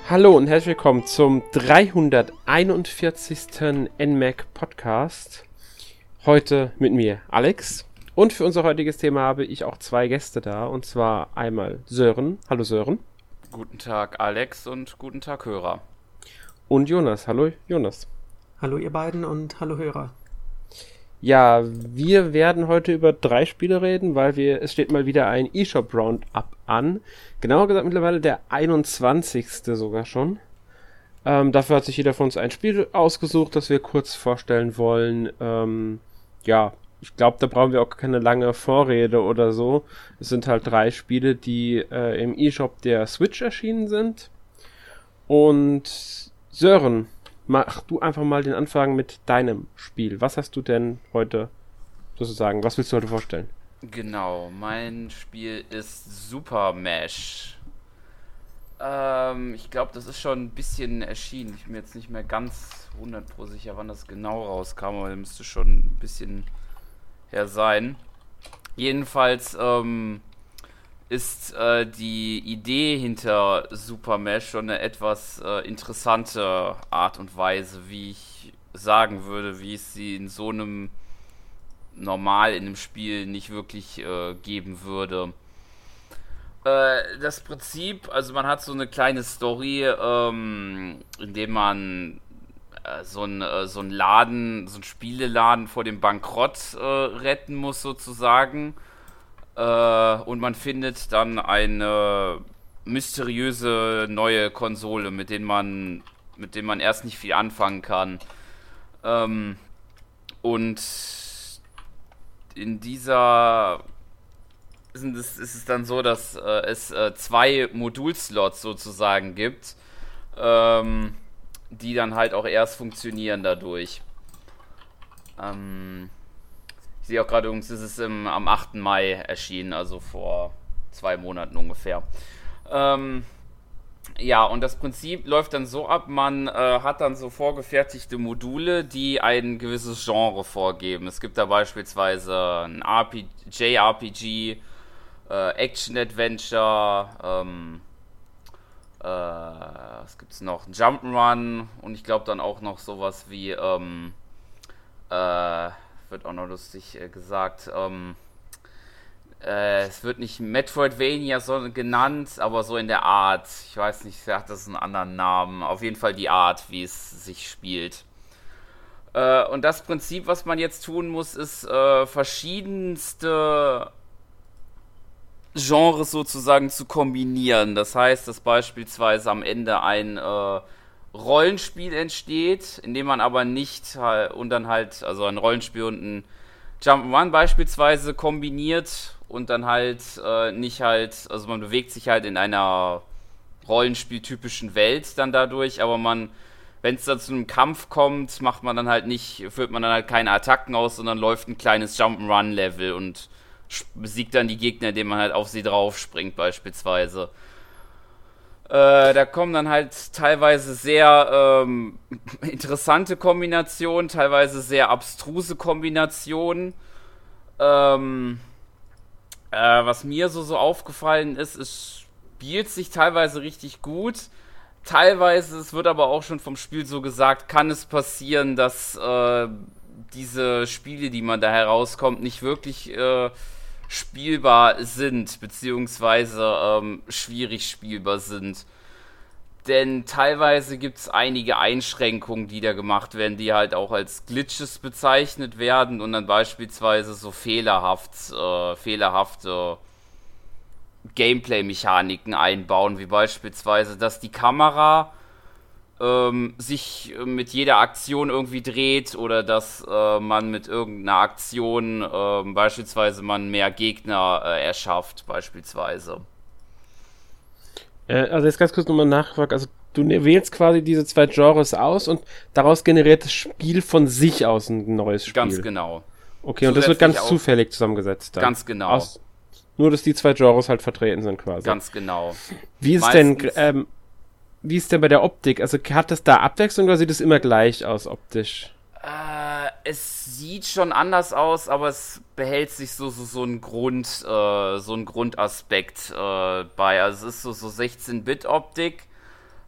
Hallo und herzlich willkommen zum 341. NMAC Podcast. Heute mit mir, Alex. Und für unser heutiges Thema habe ich auch zwei Gäste da. Und zwar einmal Sören. Hallo Sören. Guten Tag Alex und guten Tag Hörer. Und Jonas. Hallo Jonas. Hallo ihr beiden und hallo Hörer. Ja, wir werden heute über 3 Spiele reden, weil es steht mal wieder ein eShop Roundup an. Genauer gesagt mittlerweile der 21. sogar schon. Dafür hat sich jeder von uns ein Spiel ausgesucht, das wir kurz vorstellen wollen. Ich glaube, da brauchen wir auch keine lange Vorrede oder so. Es sind halt 3 Spiele, die im eShop der Switch erschienen sind. Und Sören, mach du einfach mal den Anfang mit deinem Spiel. Was hast du denn heute sozusagen, was willst du heute vorstellen? Genau, mein Spiel ist Super Mesh. Ich glaube, das ist schon ein bisschen erschienen. Ich bin mir jetzt nicht mehr ganz 100% sicher, wann das genau rauskam, aber das müsste schon ein bisschen her sein. Jedenfalls ist die Idee hinter Super Mesh schon eine etwas interessante Art und Weise, wie ich sagen würde, wie es sie in so einem normal in einem Spiel nicht wirklich geben würde. Das Prinzip, also man hat so eine kleine Story, in dem man so ein Laden, so ein Spieleladen vor dem Bankrott retten muss sozusagen. Und man findet dann eine mysteriöse neue Konsole, mit dem man erst nicht viel anfangen kann. Und in dieser ist es dann so, dass es 2 Modulslots sozusagen gibt, die dann halt auch erst funktionieren dadurch. Ich sehe auch gerade übrigens, ist es am 8. Mai erschienen, also vor 2 Monaten ungefähr. Ja, und das Prinzip läuft dann so ab, man hat dann so vorgefertigte Module, die ein gewisses Genre vorgeben. Es gibt da beispielsweise ein JRPG, Action-Adventure, was gibt's noch? Ein Jump'n'Run und ich glaube dann auch noch sowas wie, wird auch noch lustig gesagt, es wird nicht Metroidvania genannt, aber so in der Art. Ich weiß nicht, hat das einen anderen Namen. Auf jeden Fall die Art, wie es sich spielt. Und das Prinzip, was man jetzt tun muss, ist verschiedenste Genres sozusagen zu kombinieren. Das heißt, dass beispielsweise am Ende ein Rollenspiel entsteht, in dem man aber nicht und dann halt, also ein Rollenspiel und ein Jump'n'Run beispielsweise kombiniert und dann halt nicht halt, also man bewegt sich halt in einer Rollenspieltypischen Welt dann dadurch, aber wenn es dann zu einem Kampf kommt, führt man dann halt keine Attacken aus, sondern läuft ein kleines Jump'n'Run-Level und besiegt dann die Gegner, indem man halt auf sie drauf springt beispielsweise. Da kommen dann halt teilweise sehr interessante Kombinationen, teilweise sehr abstruse Kombinationen. Was mir so aufgefallen ist, es spielt sich teilweise richtig gut. Teilweise, es wird aber auch schon vom Spiel so gesagt, kann es passieren, dass diese Spiele, die man da herauskommt, nicht wirklich spielbar sind, beziehungsweise schwierig spielbar sind. Denn teilweise gibt es einige Einschränkungen, die da gemacht werden, die halt auch als Glitches bezeichnet werden und dann beispielsweise so fehlerhafte Gameplay-Mechaniken einbauen, wie beispielsweise, dass die Kamera sich mit jeder Aktion irgendwie dreht oder dass man mit irgendeiner Aktion beispielsweise man mehr Gegner erschafft, beispielsweise. Also jetzt ganz kurz nochmal nachfragen, also du wählst quasi diese 2 Genres aus und daraus generiert das Spiel von sich aus ein neues Spiel. Ganz genau. Okay, und das wird ganz zufällig zusammengesetzt dann. Ganz genau. Nur, dass die 2 Genres halt vertreten sind quasi. Ganz genau. Wie ist denn bei der Optik? Also hat das da Abwechslung oder sieht es immer gleich aus optisch? Es sieht schon anders aus, aber es behält sich so ein Grundaspekt bei. Also es ist so 16-Bit-Optik.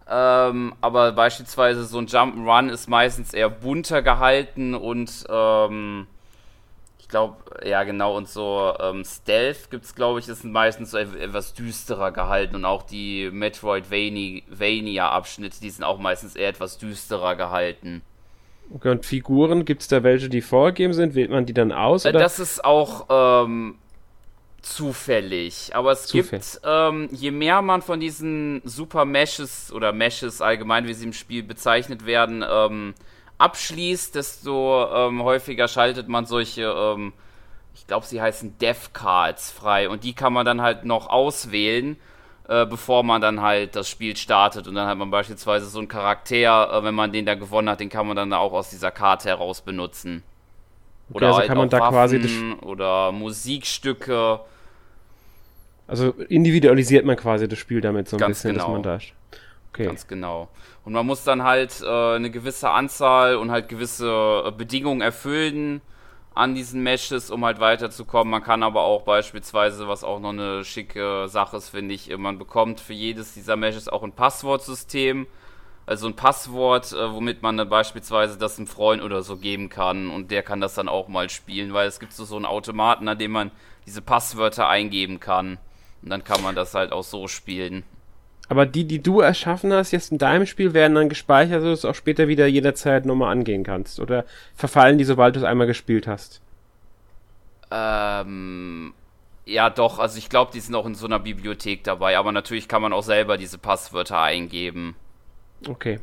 Aber beispielsweise so ein Jump'n'Run ist meistens eher bunter gehalten und ich glaube, ja genau, und so Stealth gibt's, glaube ich, ist meistens so etwas düsterer gehalten und auch die Metroidvania-Abschnitte, die sind auch meistens eher etwas düsterer gehalten. Okay, und Figuren, gibt es da welche, die vorgegeben sind? Wählt man die dann aus? Oder? Das ist auch zufällig, aber es gibt, je mehr man von diesen Super Meshes oder Meshes allgemein, wie sie im Spiel bezeichnet werden, abschließt, desto häufiger schaltet man solche, ich glaube, sie heißen Death Cards frei und die kann man dann halt noch auswählen, bevor man dann halt das Spiel startet und dann hat man beispielsweise so einen Charakter, wenn man den da gewonnen hat, den kann man dann auch aus dieser Karte heraus benutzen. Okay, Oder also halt kann man auch da Waffen quasi oder Musikstücke. Also individualisiert man quasi das Spiel damit so ein Ganz bisschen, genau. dass man da... Okay. Ganz genau. Und man muss dann halt eine gewisse Anzahl und halt gewisse Bedingungen erfüllen an diesen Meshes, um halt weiterzukommen. Man kann aber auch beispielsweise, was auch noch eine schicke Sache ist, finde ich, man bekommt für jedes dieser Meshes auch ein Passwortsystem. Also ein Passwort, womit man dann beispielsweise das einem Freund oder so geben kann und der kann das dann auch mal spielen, weil es gibt so einen Automaten, an dem man diese Passwörter eingeben kann und dann kann man das halt auch so spielen. Aber die du erschaffen hast jetzt in deinem Spiel, werden dann gespeichert, sodass du auch später wieder jederzeit nochmal angehen kannst? Oder verfallen die, sobald du es einmal gespielt hast? Ja doch, also ich glaube, die sind auch in so einer Bibliothek dabei, aber natürlich kann man auch selber diese Passwörter eingeben. Okay.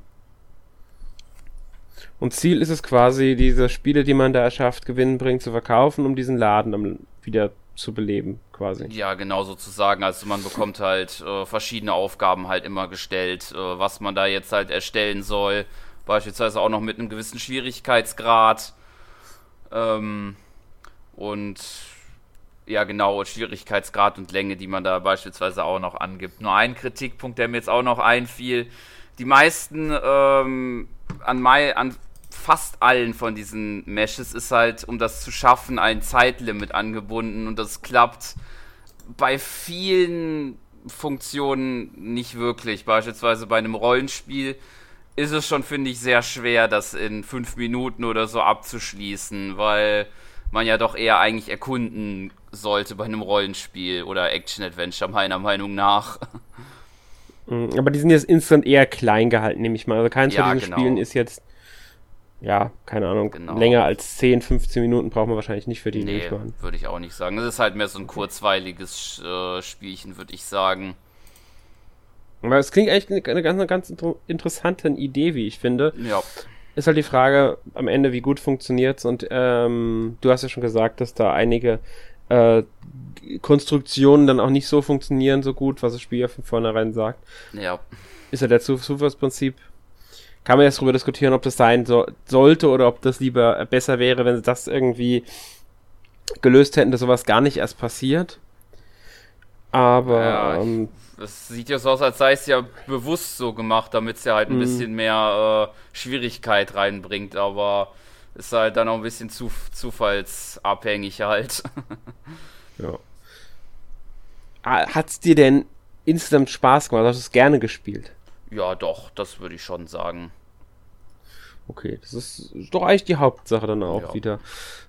Und Ziel ist es quasi, diese Spiele, die man da erschafft, gewinnbringend zu verkaufen, um diesen Laden dann wieder zu beleben, quasi. Ja, genau sozusagen. Also man bekommt halt verschiedene Aufgaben halt immer gestellt, was man da jetzt halt erstellen soll. Beispielsweise auch noch mit einem gewissen Schwierigkeitsgrad. Und ja, genau, Schwierigkeitsgrad und Länge, die man da beispielsweise auch noch angibt. Nur ein Kritikpunkt, der mir jetzt auch noch einfiel. Die meisten an fast allen von diesen Meshes ist halt, um das zu schaffen, ein Zeitlimit angebunden und das klappt bei vielen Funktionen nicht wirklich. Beispielsweise bei einem Rollenspiel ist es schon, finde ich, sehr schwer, das in 5 Minuten oder so abzuschließen, weil man ja doch eher eigentlich erkunden sollte bei einem Rollenspiel oder Action-Adventure, meiner Meinung nach. Aber die sind jetzt insgesamt eher klein gehalten, nehme ich mal. Also keins von diesen genau. Spielen ist jetzt, ja, keine Ahnung, Genau. länger als 10, 15 Minuten braucht man wahrscheinlich nicht für die Nee, durchmachen. würde ich auch nicht sagen. Das ist halt mehr so ein kurzweiliges Spielchen, würde ich sagen. Aber es klingt eigentlich eine ganz interessante Idee, wie ich finde. Ja. Ist halt die Frage am Ende, wie gut funktioniert's. Und du hast ja schon gesagt, dass da einige Konstruktionen dann auch nicht so funktionieren so gut, was das Spiel ja von vornherein sagt. Ja. Ist ja der Zufallsprinzip. Kann man jetzt darüber diskutieren, ob das sein sollte oder ob das lieber besser wäre, wenn sie das irgendwie gelöst hätten, dass sowas gar nicht erst passiert. Aber Ja, es sieht ja so aus, als sei es ja bewusst so gemacht, damit es ja halt ein bisschen mehr Schwierigkeit reinbringt, aber ist halt dann auch ein bisschen zufallsabhängig halt. ja. Hat's dir denn insgesamt Spaß gemacht? Hast du es gerne gespielt? Ja, doch, das würde ich schon sagen. Okay, das ist doch eigentlich die Hauptsache dann auch Ja. wieder.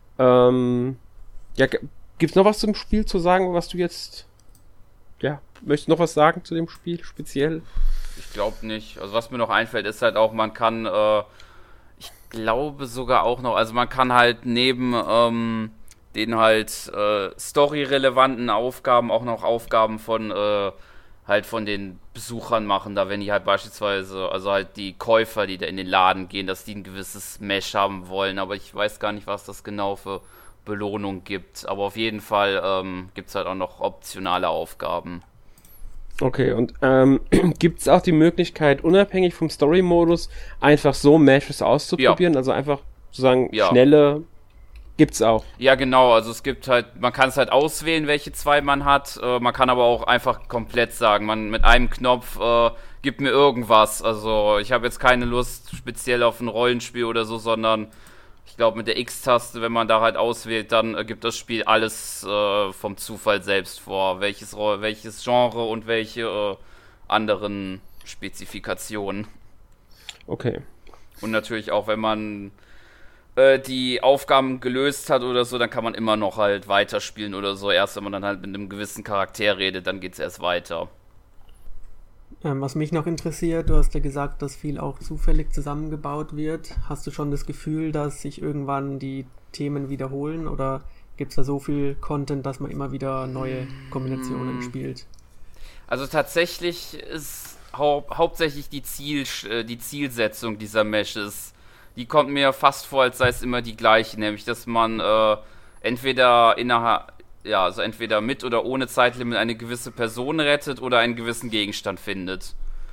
Ja, gibt's noch was zum Spiel zu sagen, was du jetzt... Ja, möchtest du noch was sagen zu dem Spiel speziell? Ich glaube nicht. Also was mir noch einfällt, ist halt auch, man kann, ich glaube sogar auch noch, also man kann halt neben den halt storyrelevanten Aufgaben auch noch Aufgaben von halt von den Besuchern machen, da wenn die halt beispielsweise, also halt die Käufer, die da in den Laden gehen, dass die ein gewisses Mesh haben wollen, aber ich weiß gar nicht, was das genau für Belohnung gibt, aber auf jeden Fall gibt es halt auch noch optionale Aufgaben. Okay, und gibt's auch die Möglichkeit, unabhängig vom Story-Modus, einfach so Meshes auszuprobieren? Also einfach sozusagen schnelle... Gibt's auch. Ja, genau, also es gibt halt, man kann es halt auswählen, welche zwei man hat, man kann aber auch einfach komplett sagen, man mit einem Knopf gibt mir irgendwas, also ich habe jetzt keine Lust speziell auf ein Rollenspiel oder so, sondern ich glaube mit der X-Taste, wenn man da halt auswählt, dann gibt das Spiel alles vom Zufall selbst vor, welches Genre und welche anderen Spezifikationen. Okay. Und natürlich auch, wenn man die Aufgaben gelöst hat oder so, dann kann man immer noch halt weiterspielen oder so. Erst wenn man dann halt mit einem gewissen Charakter redet, dann geht's erst weiter. Was mich noch interessiert, du hast ja gesagt, dass viel auch zufällig zusammengebaut wird. Hast du schon das Gefühl, dass sich irgendwann die Themen wiederholen oder gibt es da so viel Content, dass man immer wieder neue Kombinationen spielt? Also tatsächlich ist hauptsächlich die Zielsetzung dieser Meshes, die kommt mir fast vor, als sei es immer die gleiche, nämlich dass man entweder entweder mit oder ohne Zeitlimit eine gewisse Person rettet oder einen gewissen Gegenstand findet.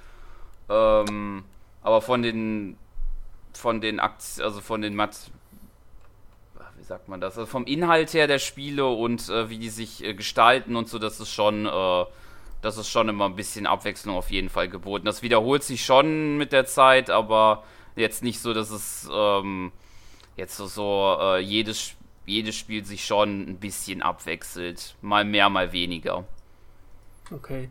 Aber wie sagt man das? Also vom Inhalt her der Spiele und wie die sich gestalten und so, das ist schon immer ein bisschen Abwechslung auf jeden Fall geboten. Das wiederholt sich schon mit der Zeit, aber jetzt nicht so, dass es jedes Spiel sich schon ein bisschen abwechselt. Mal mehr, mal weniger. Okay.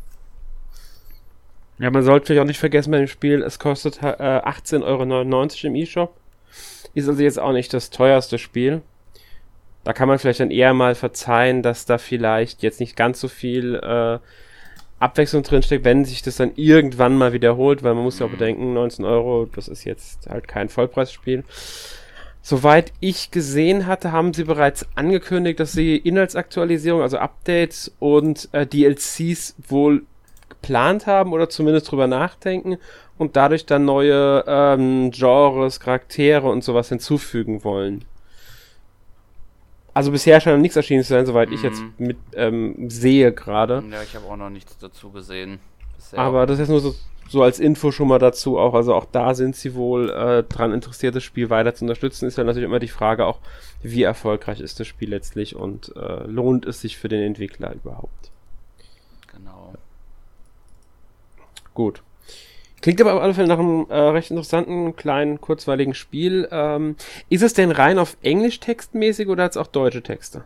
Ja, man sollte vielleicht auch nicht vergessen bei dem Spiel, es kostet 18,99 € im eShop. Ist also jetzt auch nicht das teuerste Spiel. Da kann man vielleicht dann eher mal verzeihen, dass da vielleicht jetzt nicht ganz so viel Abwechslung drinsteckt, wenn sich das dann irgendwann mal wiederholt, weil man muss ja auch bedenken, 19 €, das ist jetzt halt kein Vollpreisspiel. Soweit ich gesehen hatte, haben sie bereits angekündigt, dass sie Inhaltsaktualisierung, also Updates und DLCs wohl geplant haben oder zumindest drüber nachdenken und dadurch dann neue Genres, Charaktere und sowas hinzufügen wollen. Also bisher scheint noch nichts erschienen zu sein, soweit ich jetzt mit sehe gerade. Ja, ich habe auch noch nichts dazu gesehen. Bisher. Aber das ist nur so als Info schon mal dazu auch. Also auch da sind sie wohl dran interessiert, das Spiel weiter zu unterstützen. Ist ja natürlich immer die Frage auch, wie erfolgreich ist das Spiel letztlich und lohnt es sich für den Entwickler überhaupt. Genau. Gut. Klingt aber auf alle Fälle nach einem recht interessanten, kleinen, kurzweiligen Spiel. Ist es denn rein auf Englisch textmäßig oder hat es auch deutsche Texte?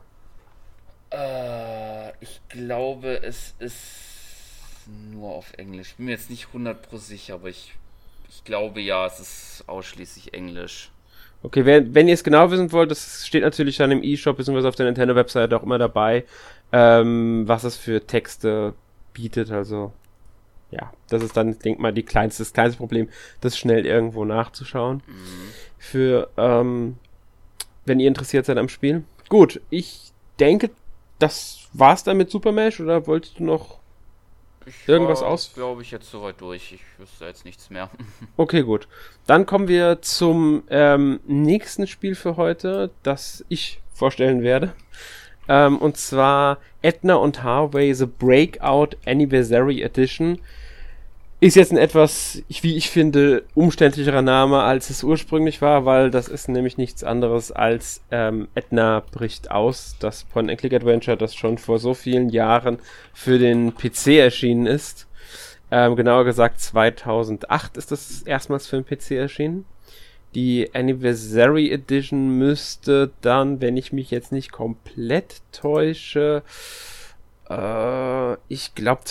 Ich glaube, es ist nur auf Englisch. Ich bin mir jetzt nicht 100% sicher, aber ich glaube ja, es ist ausschließlich Englisch. Okay, wenn ihr es genau wissen wollt, das steht natürlich dann im eShop bzw. auf der Nintendo-Webseite auch immer dabei, was es für Texte bietet, also ja, das ist dann, denk mal, das kleinste Problem, das schnell irgendwo nachzuschauen. Für, wenn ihr interessiert seid am Spiel. Gut, ich denke, das war's dann mit Super Smash, oder wolltest du noch irgendwas aus? Glaube ich jetzt soweit durch. Ich wüsste jetzt nichts mehr. Okay, gut. Dann kommen wir zum nächsten Spiel für heute, das ich vorstellen werde. Und zwar Edna und Harvey The Breakout Anniversary Edition. Ist jetzt ein etwas, wie ich finde, umständlicherer Name, als es ursprünglich war, weil das ist nämlich nichts anderes als Edna bricht aus, das Point-and-Click-Adventure, das schon vor so vielen Jahren für den PC erschienen ist. Genauer gesagt 2008 ist das erstmals für den PC erschienen. Die Anniversary Edition müsste dann, wenn ich mich jetzt nicht komplett täusche, ich glaube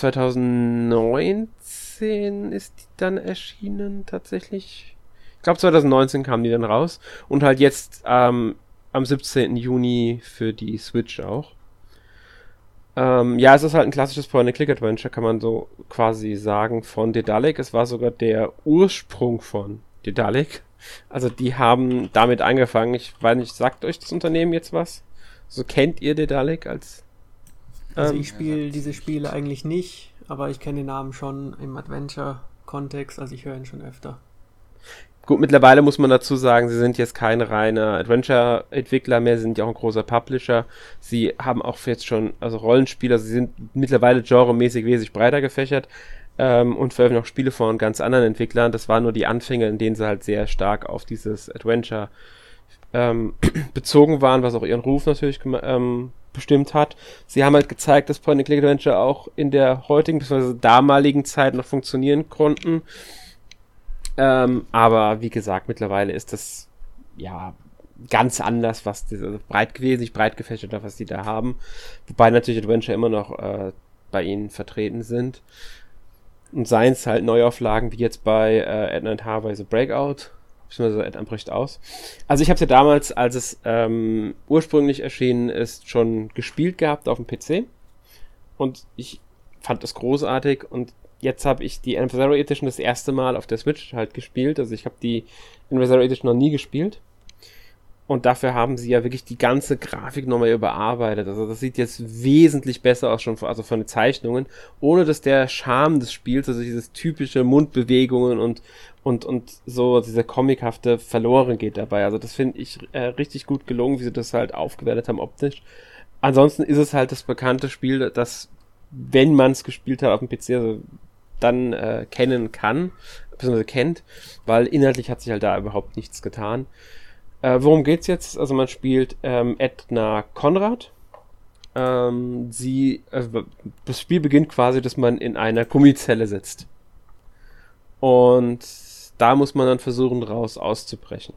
2019 ist die dann erschienen tatsächlich. Ich glaube 2019 kam die dann raus und halt jetzt am 17. Juni für die Switch auch. Ja, es ist halt ein klassisches Point-and-Click-Adventure, kann man so quasi sagen, von Dedalic. Es war sogar der Ursprung von Dedalic. Also die haben damit angefangen. Ich weiß nicht, sagt euch das Unternehmen jetzt was? So, kennt ihr Dedalic als... Also ich spiele diese Spiele eigentlich nicht, aber ich kenne den Namen schon im Adventure-Kontext, also ich höre ihn schon öfter. Gut, mittlerweile muss man dazu sagen, sie sind jetzt kein reiner Adventure-Entwickler mehr, sie sind ja auch ein großer Publisher. Sie haben auch jetzt schon, also Rollenspieler, sie sind mittlerweile genremäßig wesentlich breiter gefächert und veröffentlichen auch Spiele von ganz anderen Entwicklern. Das waren nur die Anfänge, in denen sie halt sehr stark auf dieses Adventure bezogen waren, was auch ihren Ruf natürlich bestimmt hat. Sie haben halt gezeigt, dass Point-and-Click-Adventure auch in der heutigen bzw. damaligen Zeit noch funktionieren konnten. Aber wie gesagt, mittlerweile ist das ja ganz anders, was also breit gefächerter, was die da haben. Wobei natürlich Adventure immer noch bei ihnen vertreten sind. Und seien es halt Neuauflagen, wie jetzt bei Edna and Harvey The Breakout, beziehungsweise Edna bricht aus. Also ich habe es ja damals, als es ursprünglich erschienen ist, schon gespielt gehabt auf dem PC. Und ich fand das großartig. Und jetzt habe ich die Anniversary Edition das erste Mal auf der Switch halt gespielt. Also ich habe die Anniversary Edition noch nie gespielt. Und dafür haben sie ja wirklich die ganze Grafik nochmal überarbeitet. Also das sieht jetzt wesentlich besser aus, schon also von den Zeichnungen, ohne dass der Charme des Spiels, also dieses typische Mundbewegungen und so dieser comichafte verloren geht dabei. Also das finde ich richtig gut gelungen, wie sie das halt aufgewertet haben optisch. Ansonsten ist es halt das bekannte Spiel, das, wenn man es gespielt hat auf dem PC, also dann kennen kann, beziehungsweise kennt, weil inhaltlich hat sich halt da überhaupt nichts getan. Worum geht's jetzt? Also man spielt Edna Conrad. Das Spiel beginnt quasi, dass man in einer Gummizelle sitzt. Und da muss man dann versuchen, raus auszubrechen.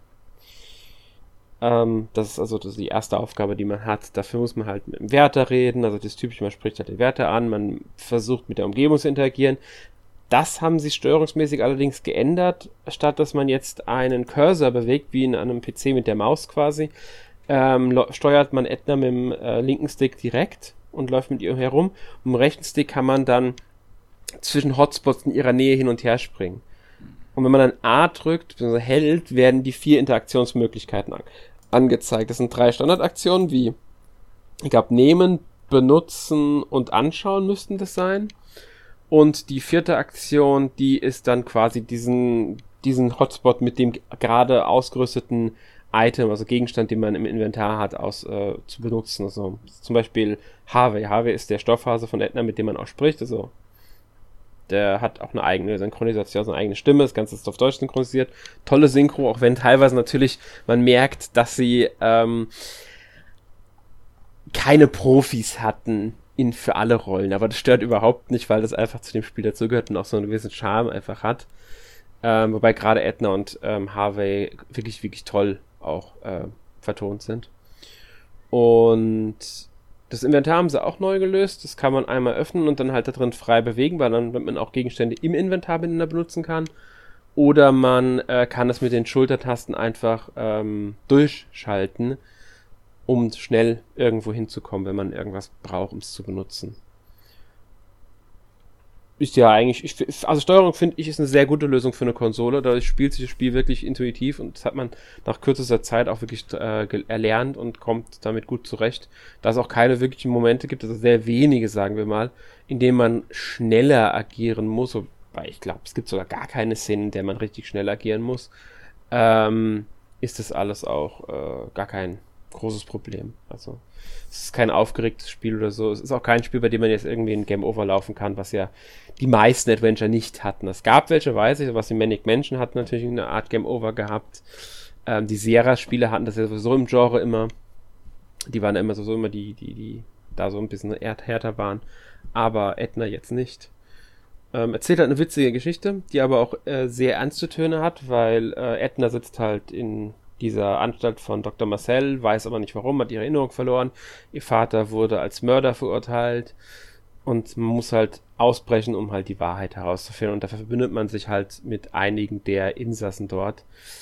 Das ist also die erste Aufgabe, die man hat. Dafür muss man halt mit dem Wärter reden. Also das typische, man spricht halt den Wärter an, man versucht mit der Umgebung zu interagieren. Das haben sie steuerungsmäßig allerdings geändert, statt dass man jetzt einen Cursor bewegt, wie in einem PC mit der Maus quasi, steuert man Edna mit dem linken Stick direkt und läuft mit ihr herum. Und mit dem rechten Stick kann man dann zwischen Hotspots in ihrer Nähe hin und her springen. Und wenn man dann A drückt, bzw. hält, werden die 4 Interaktionsmöglichkeiten angezeigt. Das sind 3 Standardaktionen, wie, ich glaube, nehmen, benutzen und anschauen müssten das sein. Und die 4. Aktion, die ist dann quasi diesen Hotspot mit dem gerade ausgerüsteten Item, also Gegenstand, den man im Inventar hat, zu benutzen. Also zum Beispiel Harvey. Harvey ist der Stoffhase von Edna, mit dem man auch spricht. Also der hat auch eine eigene Synchronisation, also eine eigene Stimme. Das Ganze ist auf Deutsch synchronisiert. Tolle Synchro, auch wenn teilweise natürlich man merkt, dass sie keine Profis hatten für alle Rollen, aber das stört überhaupt nicht, weil das einfach zu dem Spiel dazugehört und auch so einen gewissen Charme einfach hat. Wobei gerade Edna und Harvey wirklich, wirklich toll auch vertont sind. Und das Inventar haben sie auch neu gelöst. Das kann man einmal öffnen und dann halt da drin frei bewegen, weil dann man auch Gegenstände im Inventar benutzen kann. Oder man kann das mit den Schultertasten einfach durchschalten, um schnell irgendwo hinzukommen, wenn man irgendwas braucht, um es zu benutzen. Ist ja eigentlich, also Steuerung finde ich ist eine sehr gute Lösung für eine Konsole, dadurch spielt sich das Spiel wirklich intuitiv und das hat man nach kürzester Zeit auch wirklich erlernt und kommt damit gut zurecht. Da es auch keine wirklichen Momente gibt, also sehr wenige, sagen wir mal, in denen man schneller agieren muss, wobei ich glaube, es gibt sogar gar keine Szenen, in der man richtig schnell agieren muss, ist das alles auch gar kein großes Problem. Also es ist kein aufgeregtes Spiel oder so. Es ist auch kein Spiel, bei dem man jetzt irgendwie ein Game Over laufen kann, was ja die meisten Adventure nicht hatten. Es gab welche, weiß ich, was die Manic Mansion hat natürlich eine Art Game Over gehabt. Die Sierra-Spiele hatten das ja sowieso im Genre immer. Die waren immer so immer die da so ein bisschen härter waren. Aber Edna jetzt nicht. Erzählt halt eine witzige Geschichte, die aber auch sehr ernste Töne hat, weil Edna sitzt halt in dieser Anstalt von Dr. Marcel, weiß aber nicht warum, hat ihre Erinnerung verloren. Ihr Vater wurde als Mörder verurteilt und man muss halt ausbrechen, um halt die Wahrheit herauszufinden. Und dafür verbündet man sich halt mit einigen der Insassen dort.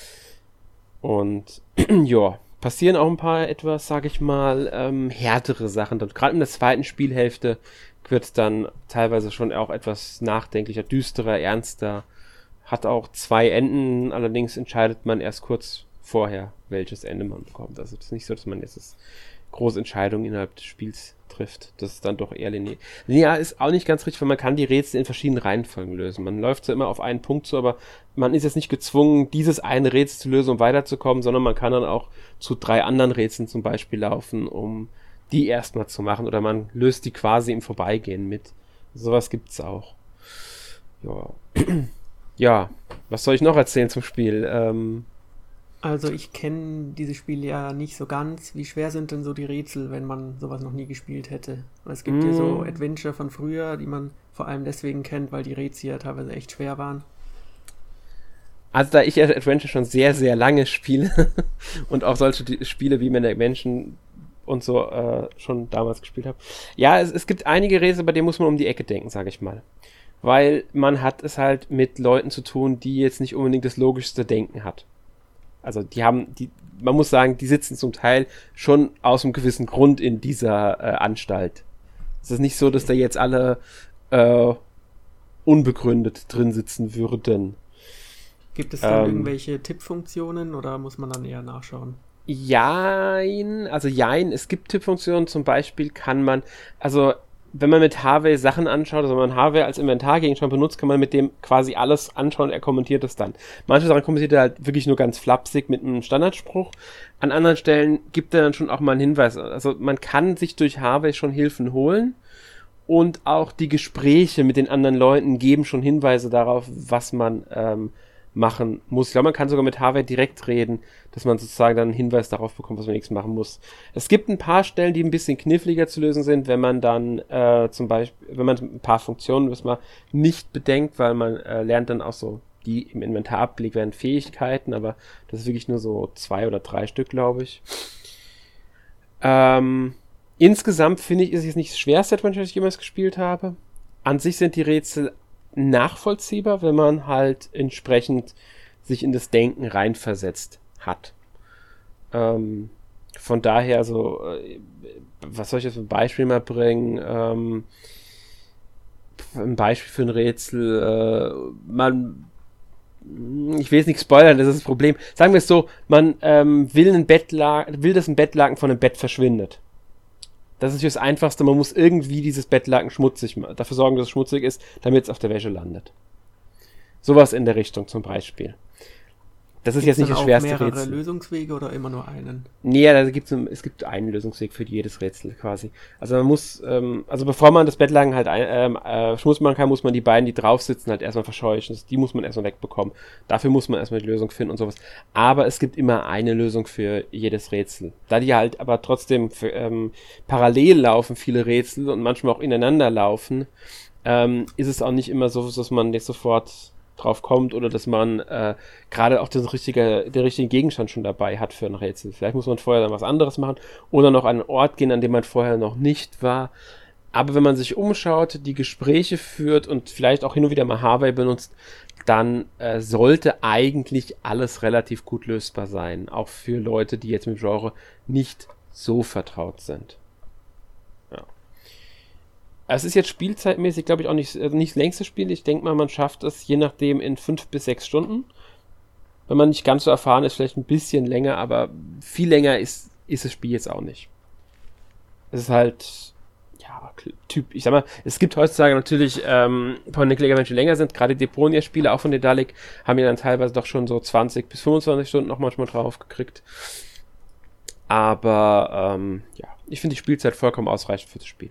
Und ja, passieren auch ein paar etwas, sag ich mal, härtere Sachen. Gerade in der zweiten Spielhälfte wird es dann teilweise schon auch etwas nachdenklicher, düsterer, ernster. Hat auch 2 Enden, allerdings entscheidet man erst kurz vorher, welches Ende man bekommt. Also es ist nicht so, dass man jetzt große Entscheidungen innerhalb des Spiels trifft. Das ist dann doch eher linear. Linear ist auch nicht ganz richtig, weil man kann die Rätsel in verschiedenen Reihenfolgen lösen. Man läuft so immer auf einen Punkt zu, aber man ist jetzt nicht gezwungen, dieses eine Rätsel zu lösen, um weiterzukommen, sondern man kann dann auch zu 3 anderen Rätseln zum Beispiel laufen, um die erstmal zu machen, oder man löst die quasi im Vorbeigehen mit. Sowas gibt's auch. Ja. Ja, was soll ich noch erzählen zum Spiel? Also ich kenne dieses Spiel ja nicht so ganz. Wie schwer sind denn so die Rätsel, wenn man sowas noch nie gespielt hätte? Es gibt ja so Adventure von früher, die man vor allem deswegen kennt, weil die Rätsel ja teilweise echt schwer waren. Also da ich Adventure schon sehr, sehr lange spiele und auch solche Spiele wie Manic Mansion und so schon damals gespielt habe. Ja, es gibt einige Rätsel, bei denen muss man um die Ecke denken, sage ich mal. weil man hat es halt mit Leuten zu tun, die jetzt nicht unbedingt das logischste Denken hat. Also man muss sagen, die sitzen zum Teil schon aus einem gewissen Grund in dieser Anstalt. Es ist nicht so, dass da jetzt alle unbegründet drin sitzen würden. Gibt es dann irgendwelche Tippfunktionen oder muss man dann eher nachschauen? Jein, es gibt Tippfunktionen, zum Beispiel kann man, also wenn man mit Harvey Sachen anschaut, also wenn man Harvey als Inventargegenstand benutzt, kann man mit dem quasi alles anschauen und er kommentiert es dann. Manche Sachen kommentiert er halt wirklich nur ganz flapsig mit einem Standardspruch. An anderen Stellen gibt er dann schon auch mal einen Hinweis. Also man kann sich durch Harvey schon Hilfen holen und auch die Gespräche mit den anderen Leuten geben schon Hinweise darauf, was man machen muss. Ich glaube, man kann sogar mit Harvey direkt reden, dass man sozusagen dann einen Hinweis darauf bekommt, was man nächstes machen muss. Es gibt ein paar Stellen, die ein bisschen kniffliger zu lösen sind, wenn man dann zum Beispiel, wenn man ein paar Funktionen, was man nicht bedenkt, weil man lernt dann auch so, die im Inventar abgelegt werden, Fähigkeiten, aber das ist wirklich nur so 2 oder 3 Stück, glaube ich. Insgesamt finde ich, ist es jetzt nicht das schwerste Adventure, das ich jemals gespielt habe. An sich sind die Rätsel nachvollziehbar, wenn man halt entsprechend sich in das Denken reinversetzt hat. Von daher, also, was soll ich jetzt für ein Beispiel mal bringen? Ein Beispiel für ein Rätsel, ich will jetzt nicht spoilern, das ist das Problem. Sagen wir es so, man will, dass ein Bettlaken von einem Bett verschwindet. Das ist das Einfachste, man muss irgendwie dieses Bettlaken schmutzig machen, dafür sorgen, dass es schmutzig ist, damit es auf der Wäsche landet. Sowas in der Richtung zum Beispiel. Das ist jetzt nicht das schwerste Rätsel. Mehrere Lösungswege oder immer nur einen? Nee, es gibt einen Lösungsweg für jedes Rätsel quasi. Also man muss, bevor man das Bettlaken halt schmutzig machen kann, muss man die beiden, die drauf sitzen, halt erstmal verscheuchen. Die muss man erstmal wegbekommen. Dafür muss man erstmal die Lösung finden und sowas. Aber es gibt immer eine Lösung für jedes Rätsel. Da die halt aber trotzdem parallel laufen, viele Rätsel, und manchmal auch ineinander laufen, ist es auch nicht immer so, dass man jetzt sofort drauf kommt oder dass man gerade auch den richtigen Gegenstand schon dabei hat für ein Rätsel. Vielleicht muss man vorher dann was anderes machen oder noch an einen Ort gehen, an dem man vorher noch nicht war. Aber wenn man sich umschaut, die Gespräche führt und vielleicht auch hin und wieder mal Harvey benutzt, dann sollte eigentlich alles relativ gut lösbar sein. Auch für Leute, die jetzt mit dem Genre nicht so vertraut sind. Es ist jetzt spielzeitmäßig, glaube ich, auch nicht das längste Spiel. Ich denke mal, man schafft es je nachdem in 5 bis 6 Stunden. Wenn man nicht ganz so erfahren ist, vielleicht ein bisschen länger, aber viel länger ist das Spiel jetzt auch nicht. Es ist halt, ja, ich sag mal, es gibt heutzutage natürlich Point-and-Click-Adventure, die länger sind. Gerade die Deponia-Spiele, auch von Dedalic, haben ja dann teilweise doch schon so 20 bis 25 Stunden noch manchmal drauf gekriegt. Aber, ich finde die Spielzeit vollkommen ausreichend für das Spiel.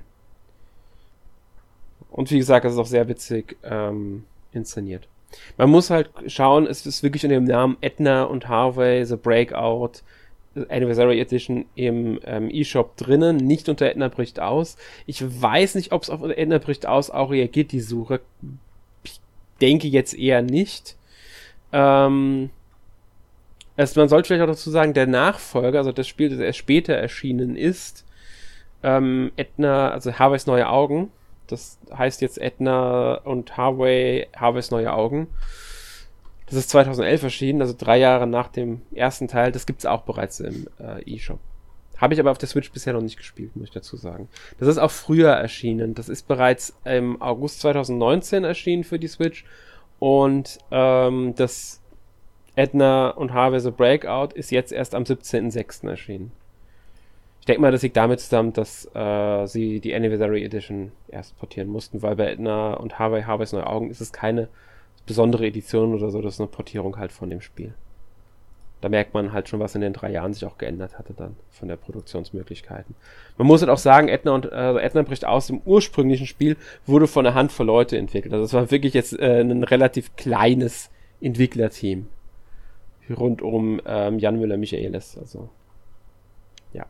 Und wie gesagt, es ist auch sehr witzig inszeniert. Man muss halt schauen, es ist wirklich unter dem Namen Edna und Harvey The Breakout Anniversary Edition im eShop drinnen, nicht unter Edna bricht aus. Ich weiß nicht, ob es auf Edna bricht aus auch reagiert, die Suche. Ich denke jetzt eher nicht. Man sollte vielleicht auch dazu sagen, der Nachfolger, also das Spiel, das erst später erschienen ist, Edna, also Harveys neue Augen. Das heißt jetzt Edna und Harveys neue Augen. Das ist 2011 erschienen, also 3 Jahre nach dem ersten Teil. Das gibt's auch bereits im eShop. Habe ich aber auf der Switch bisher noch nicht gespielt, muss ich dazu sagen. Das ist auch früher erschienen. Das ist bereits im August 2019 erschienen für die Switch. Und das Edna und Harvey The Breakout ist jetzt erst am 17.06. erschienen. Ich denke mal, das liegt damit zusammen, dass sie die Anniversary Edition erst portieren mussten, weil bei Edna und Harveys neue Augen ist es keine besondere Edition oder so, das ist eine Portierung halt von dem Spiel. Da merkt man halt schon, was in den 3 Jahren sich auch geändert hatte dann von der Produktionsmöglichkeiten. Man muss halt auch sagen, Edna bricht aus, im ursprünglichen Spiel wurde von einer Handvoll Leute entwickelt. Also es war wirklich jetzt ein relativ kleines Entwicklerteam rund um Jan Müller-Michaelis, also ja.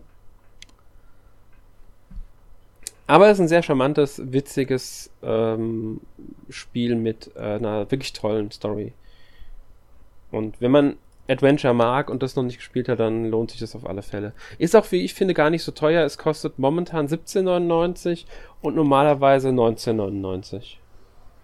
Aber es ist ein sehr charmantes, witziges Spiel mit einer wirklich tollen Story. Und wenn man Adventure mag und das noch nicht gespielt hat, dann lohnt sich das auf alle Fälle. Ist auch, wie ich finde, gar nicht so teuer. Es kostet momentan 17,99 und normalerweise 19,99.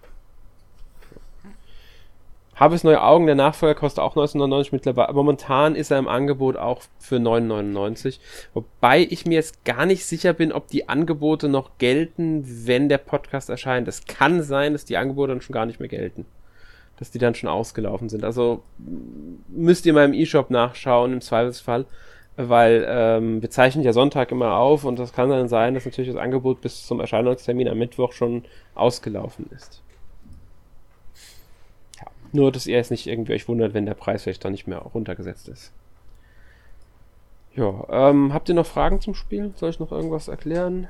Habes Neue Augen, der Nachfolger, kostet auch 19,99 mittlerweile. Momentan ist er im Angebot auch für 9,99. Wobei ich mir jetzt gar nicht sicher bin, ob die Angebote noch gelten, wenn der Podcast erscheint. Es kann sein, dass die Angebote dann schon gar nicht mehr gelten. Dass die dann schon ausgelaufen sind. Also müsst ihr mal im E-Shop nachschauen, im Zweifelsfall. Weil wir zeichnen ja Sonntag immer auf und das kann dann sein, dass natürlich das Angebot bis zum Erscheinungstermin am Mittwoch schon ausgelaufen ist. Nur, dass ihr jetzt nicht irgendwie euch wundert, wenn der Preis vielleicht dann nicht mehr runtergesetzt ist. Ja, habt ihr noch Fragen zum Spiel? Soll ich noch irgendwas erklären?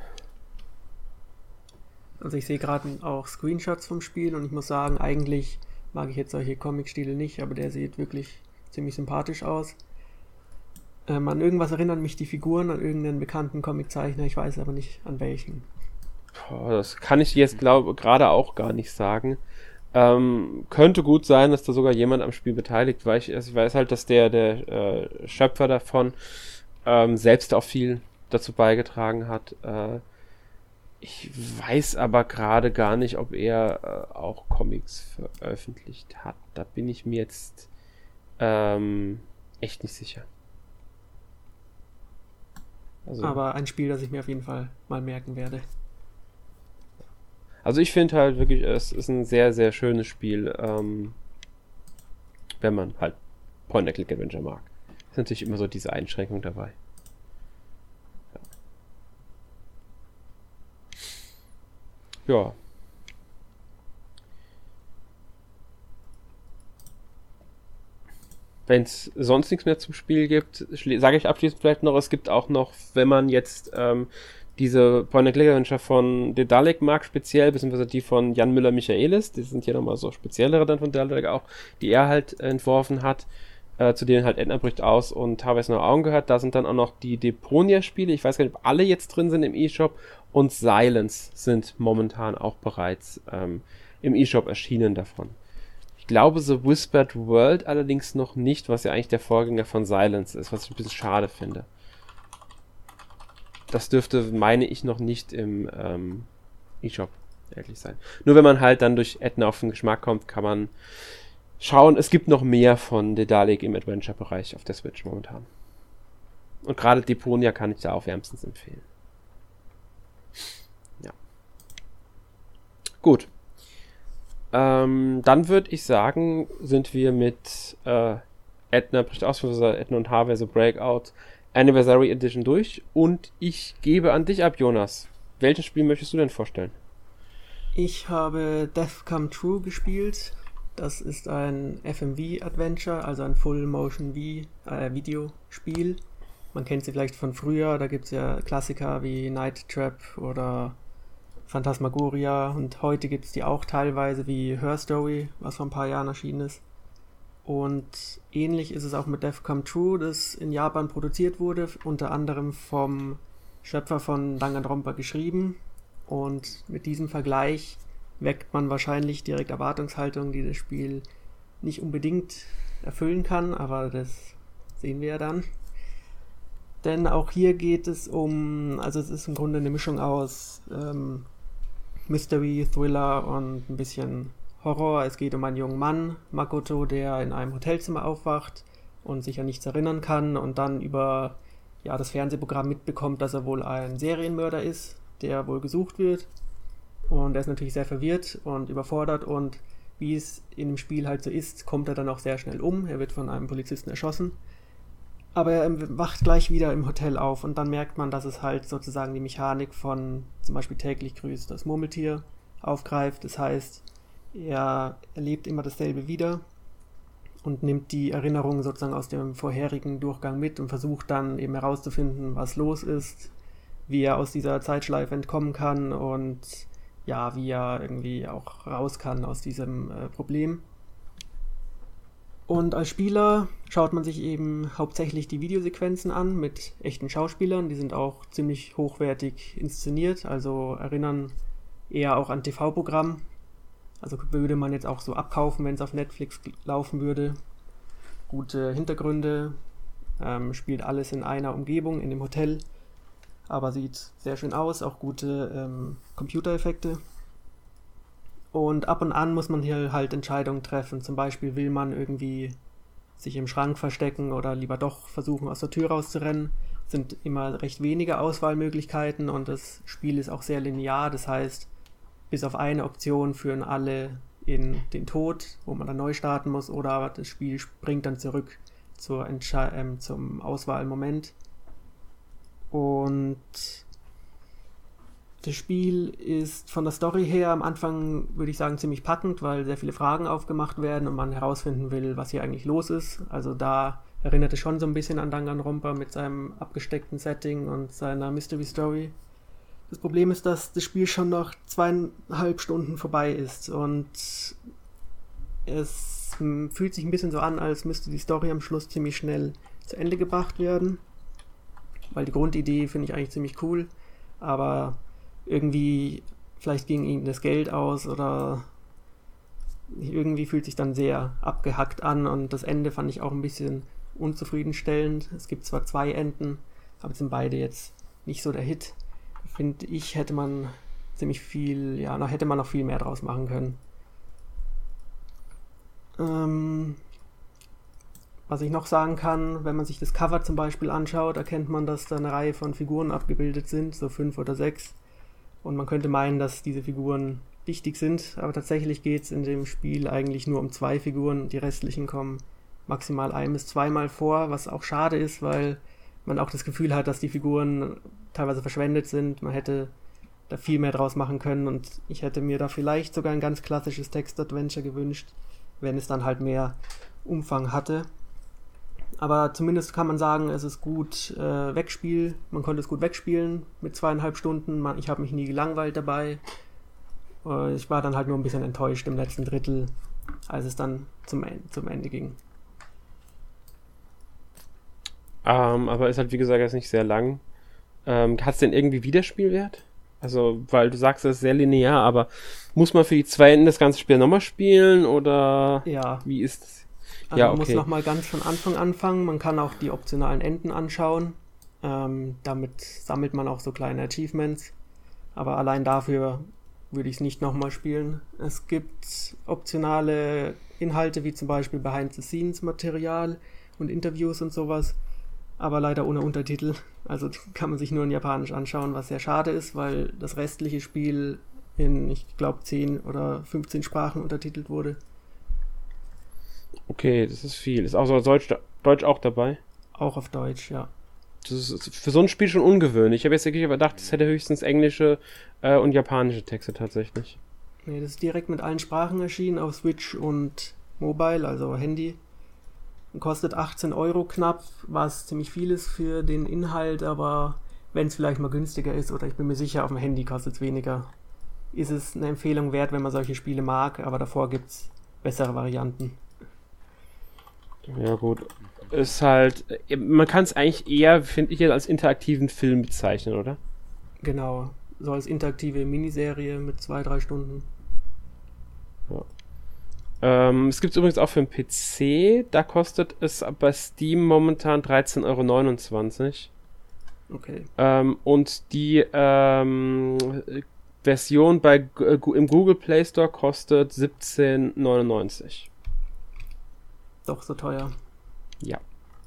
Also ich sehe gerade auch Screenshots vom Spiel und ich muss sagen, eigentlich mag ich jetzt solche Comic-Stile nicht, aber der sieht wirklich ziemlich sympathisch aus. An irgendwas erinnern mich die Figuren, an irgendeinen bekannten Comiczeichner, ich weiß aber nicht an welchen. Das kann ich jetzt gerade auch gar nicht sagen. Könnte gut sein, dass da sogar jemand am Spiel beteiligt war. Ich weiß halt, dass der Schöpfer davon selbst auch viel dazu beigetragen hat. Ich weiß aber gerade gar nicht, ob er auch Comics veröffentlicht hat. Da bin ich mir jetzt echt nicht sicher. Also, aber ein Spiel, das ich mir auf jeden Fall mal merken werde. Also ich finde halt wirklich, es ist ein sehr, sehr schönes Spiel, wenn man halt Point-and-Click-Adventure mag. Ist natürlich immer so diese Einschränkung dabei. Ja. Wenn es sonst nichts mehr zum Spiel gibt, sage ich abschließend vielleicht noch, es gibt auch noch, wenn man jetzt diese Point-and-Click-Adventure von Dedalek mag speziell, beziehungsweise die von Jan Müller-Michaelis, die sind hier nochmal so speziellere dann von Dedalek auch, die er halt entworfen hat, zu denen halt Edna bricht aus und Habes Neue Augen gehört. Da sind dann auch noch die Deponia-Spiele, ich weiß gar nicht, ob alle jetzt drin sind im E-Shop, und Silence sind momentan auch bereits im E-Shop erschienen davon. Ich glaube The Whispered World allerdings noch nicht, was ja eigentlich der Vorgänger von Silence ist, was ich ein bisschen schade finde. Das dürfte, meine ich, noch nicht im E-Shop ehrlich sein. Nur wenn man halt dann durch Edna auf den Geschmack kommt, kann man schauen, es gibt noch mehr von Dedalek im Adventure-Bereich auf der Switch momentan. Und gerade Deponia kann ich da auch wärmstens empfehlen. Ja. Gut. Dann würde ich sagen, sind wir mit Edna bricht aus, Edna und Harvey The Breakout Anniversary Edition durch und ich gebe an dich ab, Jonas. Welches Spiel möchtest du denn vorstellen? Ich habe Death Come True gespielt. Das ist ein FMV-Adventure, also ein Full-Motion-Videospiel. Man kennt sie vielleicht von früher, da gibt es ja Klassiker wie Night Trap oder Phantasmagoria und heute gibt es die auch teilweise wie Her Story, was vor ein paar Jahren erschienen ist. Und ähnlich ist es auch mit Death Come True, das in Japan produziert wurde, unter anderem vom Schöpfer von Danganronpa geschrieben. Und mit diesem Vergleich weckt man wahrscheinlich direkt Erwartungshaltungen, die das Spiel nicht unbedingt erfüllen kann, aber das sehen wir ja dann. Denn auch hier geht es also es ist im Grunde eine Mischung aus Mystery, Thriller und ein bisschen Horror. Es geht um einen jungen Mann, Makoto, der in einem Hotelzimmer aufwacht und sich an nichts erinnern kann und dann über das Fernsehprogramm mitbekommt, dass er wohl ein Serienmörder ist, der wohl gesucht wird. Und er ist natürlich sehr verwirrt und überfordert und wie es in dem Spiel halt so ist, kommt er dann auch sehr schnell um. Er wird von einem Polizisten erschossen. Aber er wacht gleich wieder im Hotel auf und dann merkt man, dass es halt sozusagen die Mechanik von zum Beispiel täglich grüßt das Murmeltier aufgreift. Das heißt, er erlebt immer dasselbe wieder und nimmt die Erinnerungen sozusagen aus dem vorherigen Durchgang mit und versucht dann eben herauszufinden, was los ist, wie er aus dieser Zeitschleife entkommen kann und wie er irgendwie auch raus kann aus diesem Problem. Und als Spieler schaut man sich eben hauptsächlich die Videosequenzen an mit echten Schauspielern. Die sind auch ziemlich hochwertig inszeniert, also erinnern eher auch an TV-Programm. Also würde man jetzt auch so abkaufen, wenn es auf Netflix laufen würde. Gute Hintergründe, spielt alles in einer Umgebung, in dem Hotel. Aber sieht sehr schön aus, auch gute Computereffekte. Und ab und an muss man hier halt Entscheidungen treffen. Zum Beispiel will man irgendwie sich im Schrank verstecken oder lieber doch versuchen, aus der Tür rauszurennen. Es sind immer recht wenige Auswahlmöglichkeiten und das Spiel ist auch sehr linear. Das heißt, bis auf eine Option führen alle in den Tod, wo man dann neu starten muss, oder das Spiel springt dann zurück zum Auswahlmoment. Und das Spiel ist von der Story her am Anfang, würde ich sagen, ziemlich packend, weil sehr viele Fragen aufgemacht werden und man herausfinden will, was hier eigentlich los ist. Also da erinnert es schon so ein bisschen an Danganronpa mit seinem abgesteckten Setting und seiner Mystery Story. Das Problem ist, dass das Spiel schon nach 2,5 Stunden vorbei ist und es fühlt sich ein bisschen so an, als müsste die Story am Schluss ziemlich schnell zu Ende gebracht werden, weil die Grundidee finde ich eigentlich ziemlich cool, aber irgendwie, vielleicht ging ihnen das Geld aus oder irgendwie fühlt sich dann sehr abgehackt an und das Ende fand ich auch ein bisschen unzufriedenstellend. Es gibt zwar 2 Enden, aber sind beide jetzt nicht so der Hit. Finde ich, hätte man noch viel mehr draus machen können. Was ich noch sagen kann, wenn man sich das Cover zum Beispiel anschaut, erkennt man, dass da eine Reihe von Figuren abgebildet sind, so 5 oder 6. Und man könnte meinen, dass diese Figuren wichtig sind, aber tatsächlich geht es in dem Spiel eigentlich nur um 2 Figuren. Die restlichen kommen maximal 1- bis 2-mal vor, was auch schade ist, weil man auch das Gefühl hat, dass die Figuren teilweise verschwendet sind. Man hätte da viel mehr draus machen können und ich hätte mir da vielleicht sogar ein ganz klassisches Text-Adventure gewünscht, wenn es dann halt mehr Umfang hatte. Aber zumindest kann man sagen, es ist gut man konnte es gut wegspielen mit 2,5 Stunden. Ich habe mich nie gelangweilt dabei. Ich war dann halt nur ein bisschen enttäuscht im letzten Drittel, als es dann zum Ende ging. Aber ist halt, wie gesagt, jetzt nicht sehr lang. Hat es denn irgendwie Wiederspielwert? Also, weil du sagst, es ist sehr linear, aber muss man für die 2 Enden das ganze Spiel nochmal spielen oder ja. Wie ist es? Also man muss nochmal ganz von Anfang anfangen. Man kann auch die optionalen Enden anschauen. Damit sammelt man auch so kleine Achievements. Aber allein dafür würde ich es nicht nochmal spielen. Es gibt optionale Inhalte, wie zum Beispiel Behind-the-Scenes-Material und Interviews und sowas. Aber leider ohne Untertitel. Also kann man sich nur in Japanisch anschauen, was sehr schade ist, weil das restliche Spiel in, ich glaube, 10 oder 15 Sprachen untertitelt wurde. Okay, das ist viel. Ist auch so Deutsch auch dabei? Auch auf Deutsch, ja. Das ist für so ein Spiel schon ungewöhnlich. Ich habe jetzt wirklich gedacht, es hätte höchstens englische und japanische Texte tatsächlich. Nee, das ist direkt mit allen Sprachen erschienen, auf Switch und Mobile, also Handy. Kostet 18 € knapp, was ziemlich viel ist für den Inhalt, aber wenn es vielleicht mal günstiger ist, oder ich bin mir sicher, auf dem Handy kostet es weniger, ist es eine Empfehlung wert, wenn man solche Spiele mag, aber davor gibt es bessere Varianten. Ja gut, ist halt, man kann es eigentlich eher, finde ich, jetzt als interaktiven Film bezeichnen, oder? Genau, so als interaktive Miniserie mit 2-3 Stunden. Ja. Es gibt es übrigens auch für den PC, da kostet es bei Steam momentan 13,29 €. Okay. Und die Version im Google Play Store kostet 17,99 €. Doch so teuer. Ja.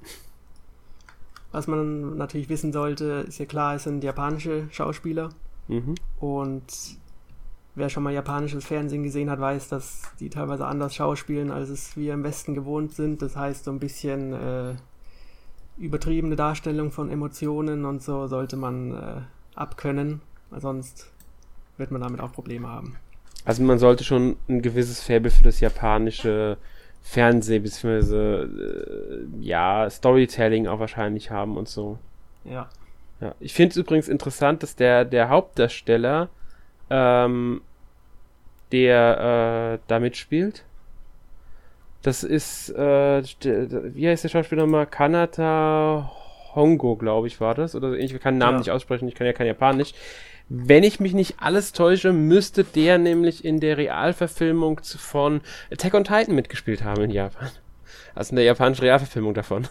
Was man natürlich wissen sollte, ist ja klar, es sind japanische Schauspieler. Mhm. Und wer schon mal japanisches Fernsehen gesehen hat, weiß, dass die teilweise anders schauspielen, als es wir im Westen gewohnt sind. Das heißt, so ein bisschen übertriebene Darstellung von Emotionen und so sollte man abkönnen, weil sonst wird man damit auch Probleme haben. Also man sollte schon ein gewisses Faible für das japanische Fernsehen bzw. Storytelling auch wahrscheinlich haben und so. Ja. Ich finde es übrigens interessant, dass der Hauptdarsteller der da mitspielt, das ist wie heißt der Schauspieler nochmal? Kanata Hongo, glaube ich, war das. Oder ich kann den Namen nicht aussprechen, ich kann ja kein Japanisch. Wenn ich mich nicht alles täusche, müsste der nämlich in der Realverfilmung von Attack on Titan mitgespielt haben in Japan. Also in der japanischen Realverfilmung davon.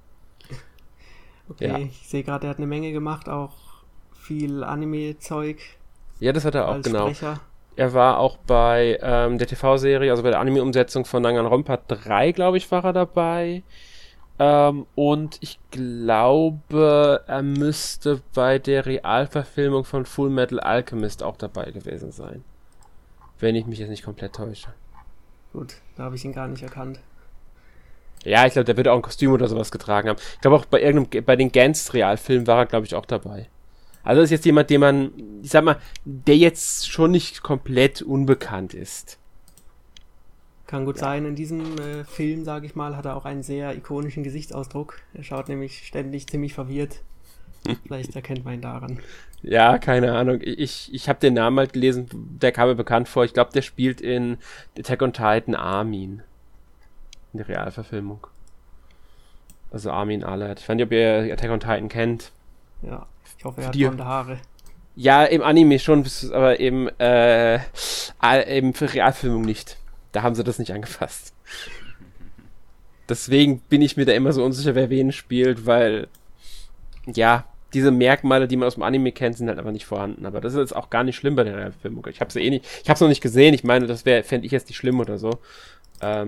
Okay, ich sehe gerade, er hat eine Menge gemacht, auch viel Anime-Zeug. Ja, das hat er auch, als genau. Sprecher. Er war auch bei der TV-Serie, also bei der Anime-Umsetzung von Danganronpa 3, glaube ich, war er dabei. Und ich glaube, er müsste bei der Realverfilmung von Full Metal Alchemist auch dabei gewesen sein. Wenn ich mich jetzt nicht komplett täusche. Gut, da habe ich ihn gar nicht erkannt. Ja, ich glaube, der wird auch ein Kostüm oder sowas getragen haben. Ich glaube auch bei den Gantz-Realfilmen war er, glaube ich, auch dabei. Also das ist jetzt jemand, den man, ich sag mal, der jetzt schon nicht komplett unbekannt ist. Kann gut sein, in diesem Film, sage ich mal, hat er auch einen sehr ikonischen Gesichtsausdruck. Er schaut nämlich ständig ziemlich verwirrt. Vielleicht erkennt man ihn daran. Ja, keine Ahnung. Ich habe den Namen halt gelesen, der kam mir bekannt vor. Ich glaube, der spielt in Attack on Titan Armin. In der Realverfilmung. Also Armin Alert. Ich weiß nicht, ob ihr Attack on Titan kennt. Ja, ich hoffe, er hat blonde Haare. Ja, im Anime schon, aber eben für Realfilmung nicht. Da haben sie das nicht angefasst. Deswegen bin ich mir da immer so unsicher, wer wen spielt, weil ja, diese Merkmale, die man aus dem Anime kennt, sind halt einfach nicht vorhanden. Aber das ist jetzt auch gar nicht schlimm bei der Realfilmung. Ich habe sie nicht, ich habe es noch nicht gesehen. Ich meine, fände ich jetzt nicht schlimm oder so. Ja.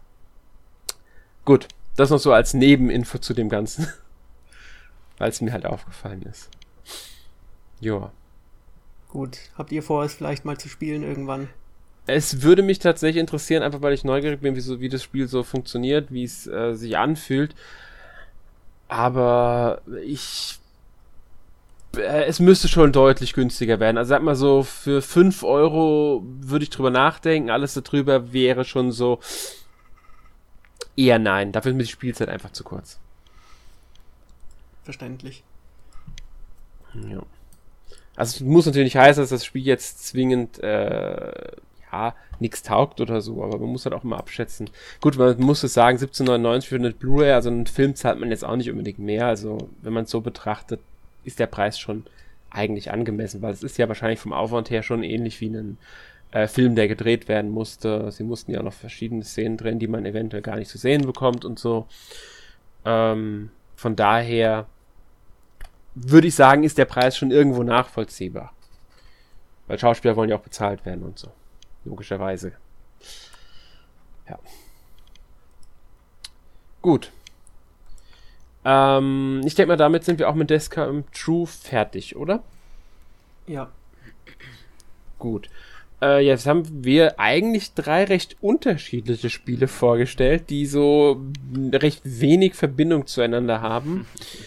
Gut, das noch so als Nebeninfo zu dem Ganzen. Weil es mir halt aufgefallen ist. Joa. Gut, habt ihr vor, es vielleicht mal zu spielen irgendwann? Es würde mich tatsächlich interessieren, einfach weil ich neugierig bin, wie das Spiel so funktioniert, wie es sich anfühlt. Aber es müsste schon deutlich günstiger werden. Also sag mal so, für 5 Euro würde ich drüber nachdenken. Alles darüber wäre schon so eher nein. Dafür ist mir die Spielzeit einfach zu kurz. Verständlich. Ja. Also es muss natürlich nicht heißen, dass das Spiel jetzt zwingend nichts taugt oder so, aber man muss halt auch immer abschätzen. Gut, man muss es sagen, 17,99 für eine Blu-ray, also einen Film zahlt man jetzt auch nicht unbedingt mehr, also wenn man es so betrachtet, ist der Preis schon eigentlich angemessen, weil es ist ja wahrscheinlich vom Aufwand her schon ähnlich wie ein Film, der gedreht werden musste. Sie mussten ja auch noch verschiedene Szenen drehen, die man eventuell gar nicht zu sehen bekommt und so. Von daher würde ich sagen, ist der Preis schon irgendwo nachvollziehbar. Weil Schauspieler wollen ja auch bezahlt werden und so. Logischerweise. Ja. Gut. Ich denke mal, damit sind wir auch mit Descam True fertig, oder? Ja. Gut. Jetzt haben wir eigentlich 3 recht unterschiedliche Spiele vorgestellt, die so recht wenig Verbindung zueinander haben.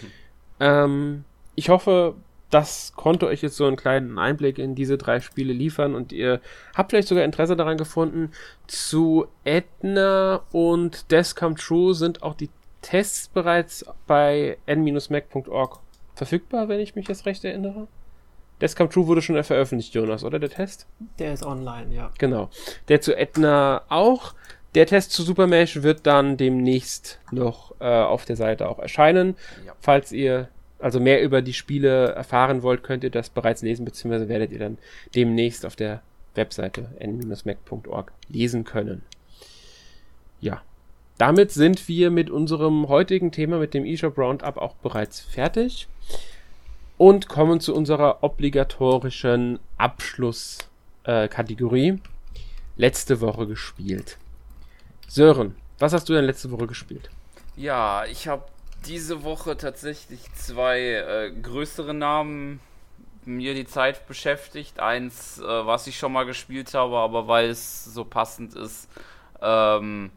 Ich hoffe, das konnte euch jetzt so einen kleinen Einblick in diese 3 Spiele liefern und ihr habt vielleicht sogar Interesse daran gefunden. Zu Edna und Death Come True sind auch die Tests bereits bei n-mac.org verfügbar, wenn ich mich jetzt recht erinnere. Death Come True wurde schon veröffentlicht, Jonas, oder der Test? Der ist online, ja. Genau. Der zu Edna auch. Der Test zu Super Mesh wird dann demnächst noch auf der Seite auch erscheinen. Ja. Falls ihr also mehr über die Spiele erfahren wollt, könnt ihr das bereits lesen, beziehungsweise werdet ihr dann demnächst auf der Webseite n-mac.org lesen können. Ja, damit sind wir mit unserem heutigen Thema, mit dem eShop Roundup, auch bereits fertig und kommen zu unserer obligatorischen Abschlusskategorie. Letzte Woche gespielt. Sören, was hast du denn letzte Woche gespielt? Ja, ich habe diese Woche tatsächlich 2 größere Namen mir die Zeit beschäftigt. Eins, was ich schon mal gespielt habe, aber weil es so passend ist, mal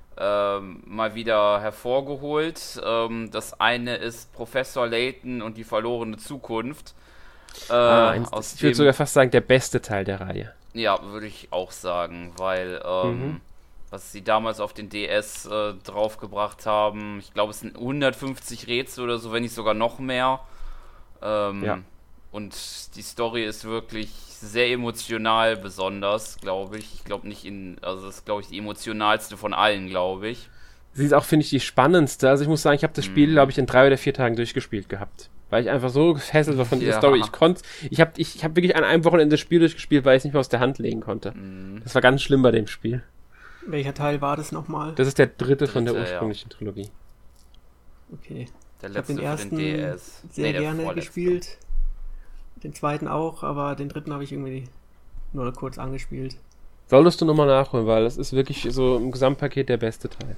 wieder hervorgeholt. Das eine ist Professor Layton und die verlorene Zukunft. Ich würde sogar fast sagen, der beste Teil der Reihe. Ja, würde ich auch sagen, weil was sie damals auf den DS draufgebracht haben. Ich glaube, es sind 150 Rätsel oder so, wenn nicht sogar noch mehr. Ja. Und die Story ist wirklich sehr emotional, besonders, glaube ich. Ich glaube nicht also das ist, glaube ich, die emotionalste von allen, glaube ich. Sie ist auch, finde ich, die spannendste. Also ich muss sagen, ich habe das Spiel, glaube ich, in 3 oder 4 Tagen durchgespielt gehabt. Weil ich einfach so gefesselt war von dieser Story. Ich hab wirklich an einem Wochenende das Spiel durchgespielt, weil ich es nicht mehr aus der Hand legen konnte. Das war ganz schlimm bei dem Spiel. Welcher Teil war das nochmal? Das ist der dritte von der ursprünglichen Trilogie. Okay. Der ich habe den ersten DS. sehr gerne gespielt. Den zweiten auch, aber den dritten habe ich irgendwie nur kurz angespielt. Solltest du nochmal nachholen, weil das ist wirklich so im Gesamtpaket der beste Teil.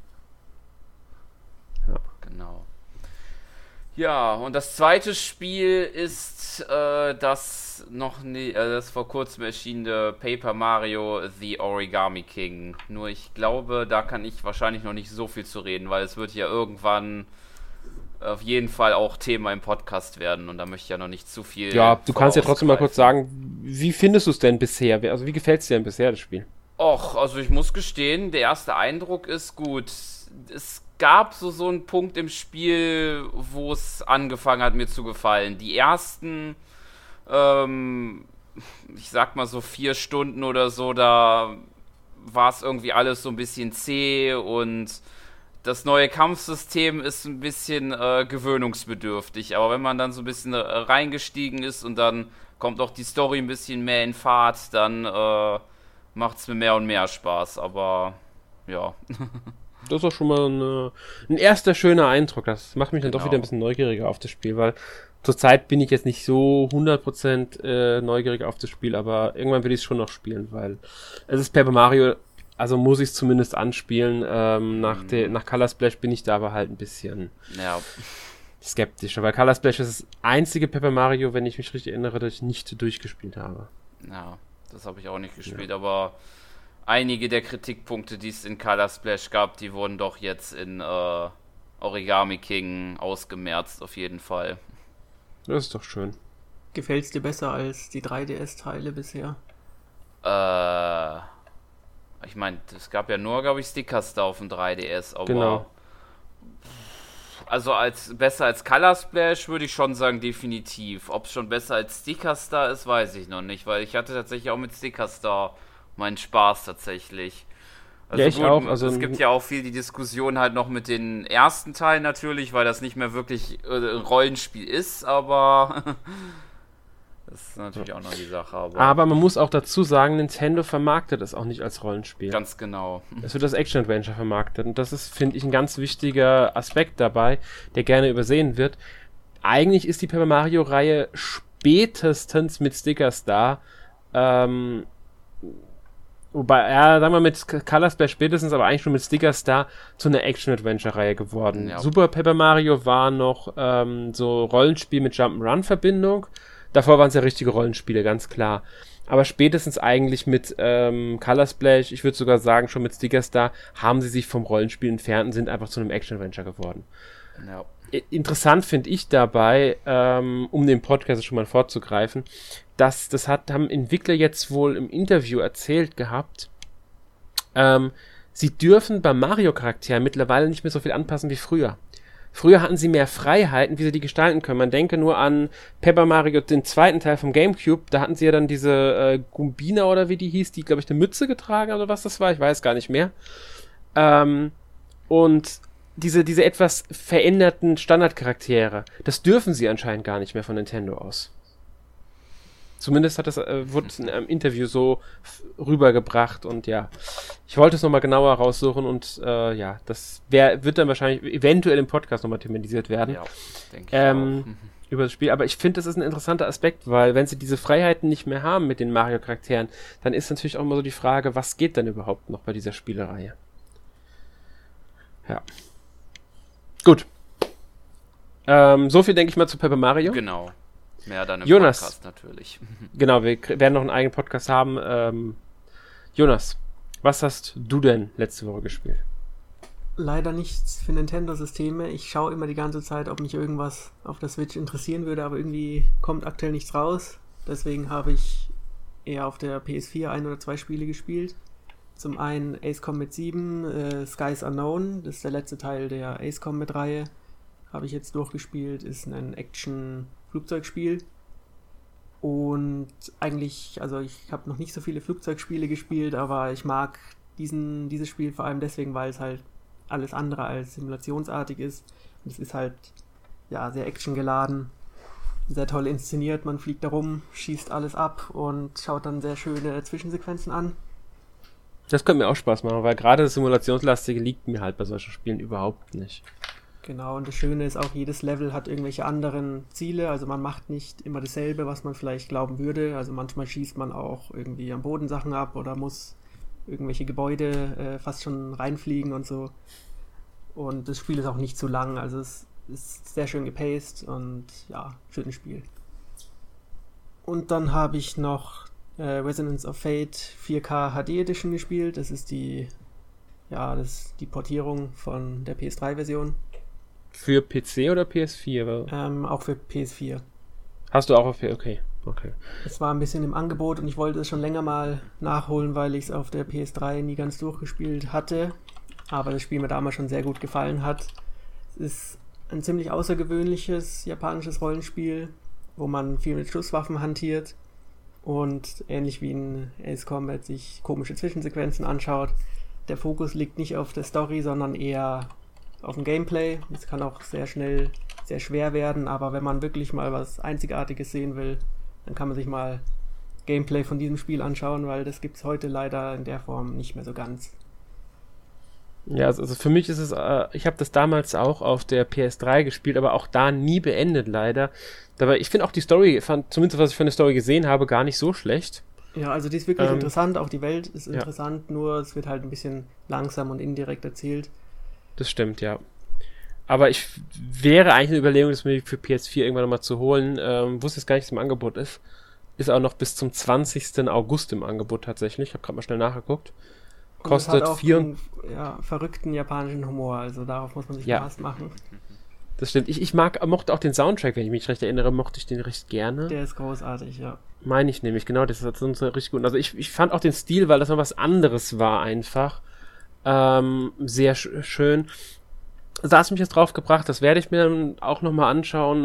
Ja. Genau. Ja, und das zweite Spiel ist das vor kurzem erschienene Paper Mario The Origami King. Nur ich glaube, da kann ich wahrscheinlich noch nicht so viel zu reden, weil es wird ja irgendwann auf jeden Fall auch Thema im Podcast werden und da möchte ich ja noch nicht zu viel. Ja, du kannst ja trotzdem mal kurz sagen, wie findest du es denn bisher? Also wie gefällt es dir denn bisher, das Spiel? Och, also ich muss gestehen, der erste Eindruck ist gut. Es gab so einen Punkt im Spiel, wo es angefangen hat, mir zu gefallen. Die ersten, ich sag mal so 4 Stunden oder so, da war es irgendwie alles so ein bisschen zäh und das neue Kampfsystem ist ein bisschen gewöhnungsbedürftig. Aber wenn man dann so ein bisschen reingestiegen ist und dann kommt auch die Story ein bisschen mehr in Fahrt, dann macht es mir mehr und mehr Spaß. Aber ja. Das ist auch schon mal ein erster schöner Eindruck. Das macht mich dann doch wieder ein bisschen neugieriger auf das Spiel, weil zurzeit bin ich jetzt nicht so 100% neugierig auf das Spiel, aber irgendwann will ich es schon noch spielen, weil es ist Paper Mario, also muss ich es zumindest anspielen. Nach Color Splash bin ich da aber halt ein bisschen skeptischer, weil Color Splash ist das einzige Paper Mario, wenn ich mich richtig erinnere, das ich nicht durchgespielt habe. Ja, das habe ich auch nicht gespielt, aber einige der Kritikpunkte, die es in Color Splash gab, die wurden doch jetzt in Origami King ausgemerzt, auf jeden Fall. Das ist doch schön. Gefällt es dir besser als die 3DS-Teile bisher? Ich meine, es gab ja nur, glaube ich, Stickers da auf dem 3DS, aber genau. Also besser als Color Splash würde ich schon sagen, definitiv. Ob es schon besser als Stickers da ist, weiß ich noch nicht, weil ich hatte tatsächlich auch mit Stickers da meinen Spaß tatsächlich. Also ja, ich auch. Also es gibt ja auch viel die Diskussion halt noch mit den ersten Teilen natürlich, weil das nicht mehr wirklich ein Rollenspiel ist, aber das ist natürlich auch noch die Sache. Aber man muss auch dazu sagen, Nintendo vermarktet es auch nicht als Rollenspiel. Ganz genau. Es wird als Action-Adventure vermarktet und das ist, finde ich, ein ganz wichtiger Aspekt dabei, der gerne übersehen wird. Eigentlich ist die Paper Mario-Reihe spätestens mit Stickers da, wobei, ja, sagen wir mit Color Splash spätestens, aber eigentlich schon mit Stickers da zu einer Action-Adventure-Reihe geworden. Ja. Super Paper Mario war noch so Rollenspiel mit Jump'n'Run-Verbindung. Davor waren es ja richtige Rollenspiele, ganz klar. Aber spätestens eigentlich mit Color Splash, ich würde sogar sagen, schon mit Stickers da, haben sie sich vom Rollenspiel entfernt und sind einfach zu einem Action-Adventure geworden. Ja. Interessant finde ich dabei, um den Podcast schon mal vorzugreifen, haben Entwickler jetzt wohl im Interview erzählt gehabt, sie dürfen bei Mario-Charakteren mittlerweile nicht mehr so viel anpassen wie früher. Früher hatten sie mehr Freiheiten, wie sie die gestalten können. Man denke nur an Paper Mario, den zweiten Teil vom Gamecube, da hatten sie ja dann diese Gumbina oder wie die hieß, die, glaube ich, eine Mütze getragen oder was das war, ich weiß gar nicht mehr. Und diese etwas veränderten Standardcharaktere, das dürfen sie anscheinend gar nicht mehr von Nintendo aus. Zumindest wurde es in einem Interview so rübergebracht und ja, ich wollte es nochmal genauer raussuchen und das wird dann wahrscheinlich eventuell im Podcast nochmal thematisiert werden. Ja, denke ich auch. Über das Spiel, aber ich finde, das ist ein interessanter Aspekt, weil wenn sie diese Freiheiten nicht mehr haben mit den Mario-Charakteren, dann ist natürlich auch immer so die Frage, was geht denn überhaupt noch bei dieser Spielereihe? Ja. Gut. So viel denke ich mal zu Paper Mario. Genau. Mehr dann im Jonas. Podcast natürlich. Genau, wir werden noch einen eigenen Podcast haben. Jonas, was hast du denn letzte Woche gespielt? Leider nichts für Nintendo-Systeme. Ich schaue immer die ganze Zeit, ob mich irgendwas auf der Switch interessieren würde, aber irgendwie kommt aktuell nichts raus. Deswegen habe ich eher auf der PS4 1 oder 2 Spiele gespielt. Zum einen Ace Combat 7, Skies Unknown, das ist der letzte Teil der Ace Combat-Reihe. Habe ich jetzt durchgespielt, ist ein Action-Flugzeugspiel. Und eigentlich, also ich habe noch nicht so viele Flugzeugspiele gespielt, aber ich mag dieses Spiel vor allem deswegen, weil es halt alles andere als simulationsartig ist. Und es ist halt ja sehr actiongeladen, sehr toll inszeniert. Man fliegt da rum, schießt alles ab und schaut dann sehr schöne Zwischensequenzen an. Das könnte mir auch Spaß machen, weil gerade das Simulationslastige liegt mir halt bei solchen Spielen überhaupt nicht. Genau, und das Schöne ist auch, jedes Level hat irgendwelche anderen Ziele, also man macht nicht immer dasselbe, was man vielleicht glauben würde, also manchmal schießt man auch irgendwie am Boden Sachen ab oder muss irgendwelche Gebäude fast schon reinfliegen und so. Und das Spiel ist auch nicht zu lang, also es ist sehr schön gepaced und ja, schönes Spiel. Und dann habe ich noch Resonance of Fate 4K HD Edition gespielt, das ist die Portierung von der PS3-Version. Für PC oder PS4? Auch für PS4. Hast du auch auf okay. Es war ein bisschen im Angebot und ich wollte es schon länger mal nachholen, weil ich es auf der PS3 nie ganz durchgespielt hatte. Aber das Spiel mir damals schon sehr gut gefallen hat. Es ist ein ziemlich außergewöhnliches japanisches Rollenspiel, wo man viel mit Schusswaffen hantiert und ähnlich wie in Ace Combat sich komische Zwischensequenzen anschaut. Der Fokus liegt nicht auf der Story, sondern eher auf dem Gameplay. Es kann auch sehr schnell sehr schwer werden, aber wenn man wirklich mal was Einzigartiges sehen will, dann kann man sich mal Gameplay von diesem Spiel anschauen, weil das gibt es heute leider in der Form nicht mehr so ganz. Ja, also für mich ist es, ich habe das damals auch auf der PS3 gespielt, aber auch da nie beendet leider. Dabei, ich finde auch die Story, zumindest was ich von der Story gesehen habe, gar nicht so schlecht. Ja, also die ist wirklich interessant, auch die Welt ist interessant, nur es wird halt ein bisschen langsam und indirekt erzählt. Das stimmt, ja. Aber ich wäre eigentlich eine Überlegung, das mir für PS4 irgendwann nochmal zu holen. Wusste jetzt gar nicht, dass es im Angebot ist. Ist auch noch bis zum 20. August im Angebot tatsächlich. Ich habe gerade mal schnell nachgeguckt. Kostet und es hat auch einen verrückten japanischen Humor, also darauf muss man sich Spaß machen. Das stimmt. Ich mochte auch den Soundtrack, wenn ich mich recht erinnere, mochte ich den recht gerne. Der ist großartig, ja. Meine ich nämlich, genau, das ist so richtig gut. Also ich fand auch den Stil, weil das noch was anderes war einfach, sehr schön. Da hast du mich jetzt drauf gebracht, das werde ich mir dann auch nochmal anschauen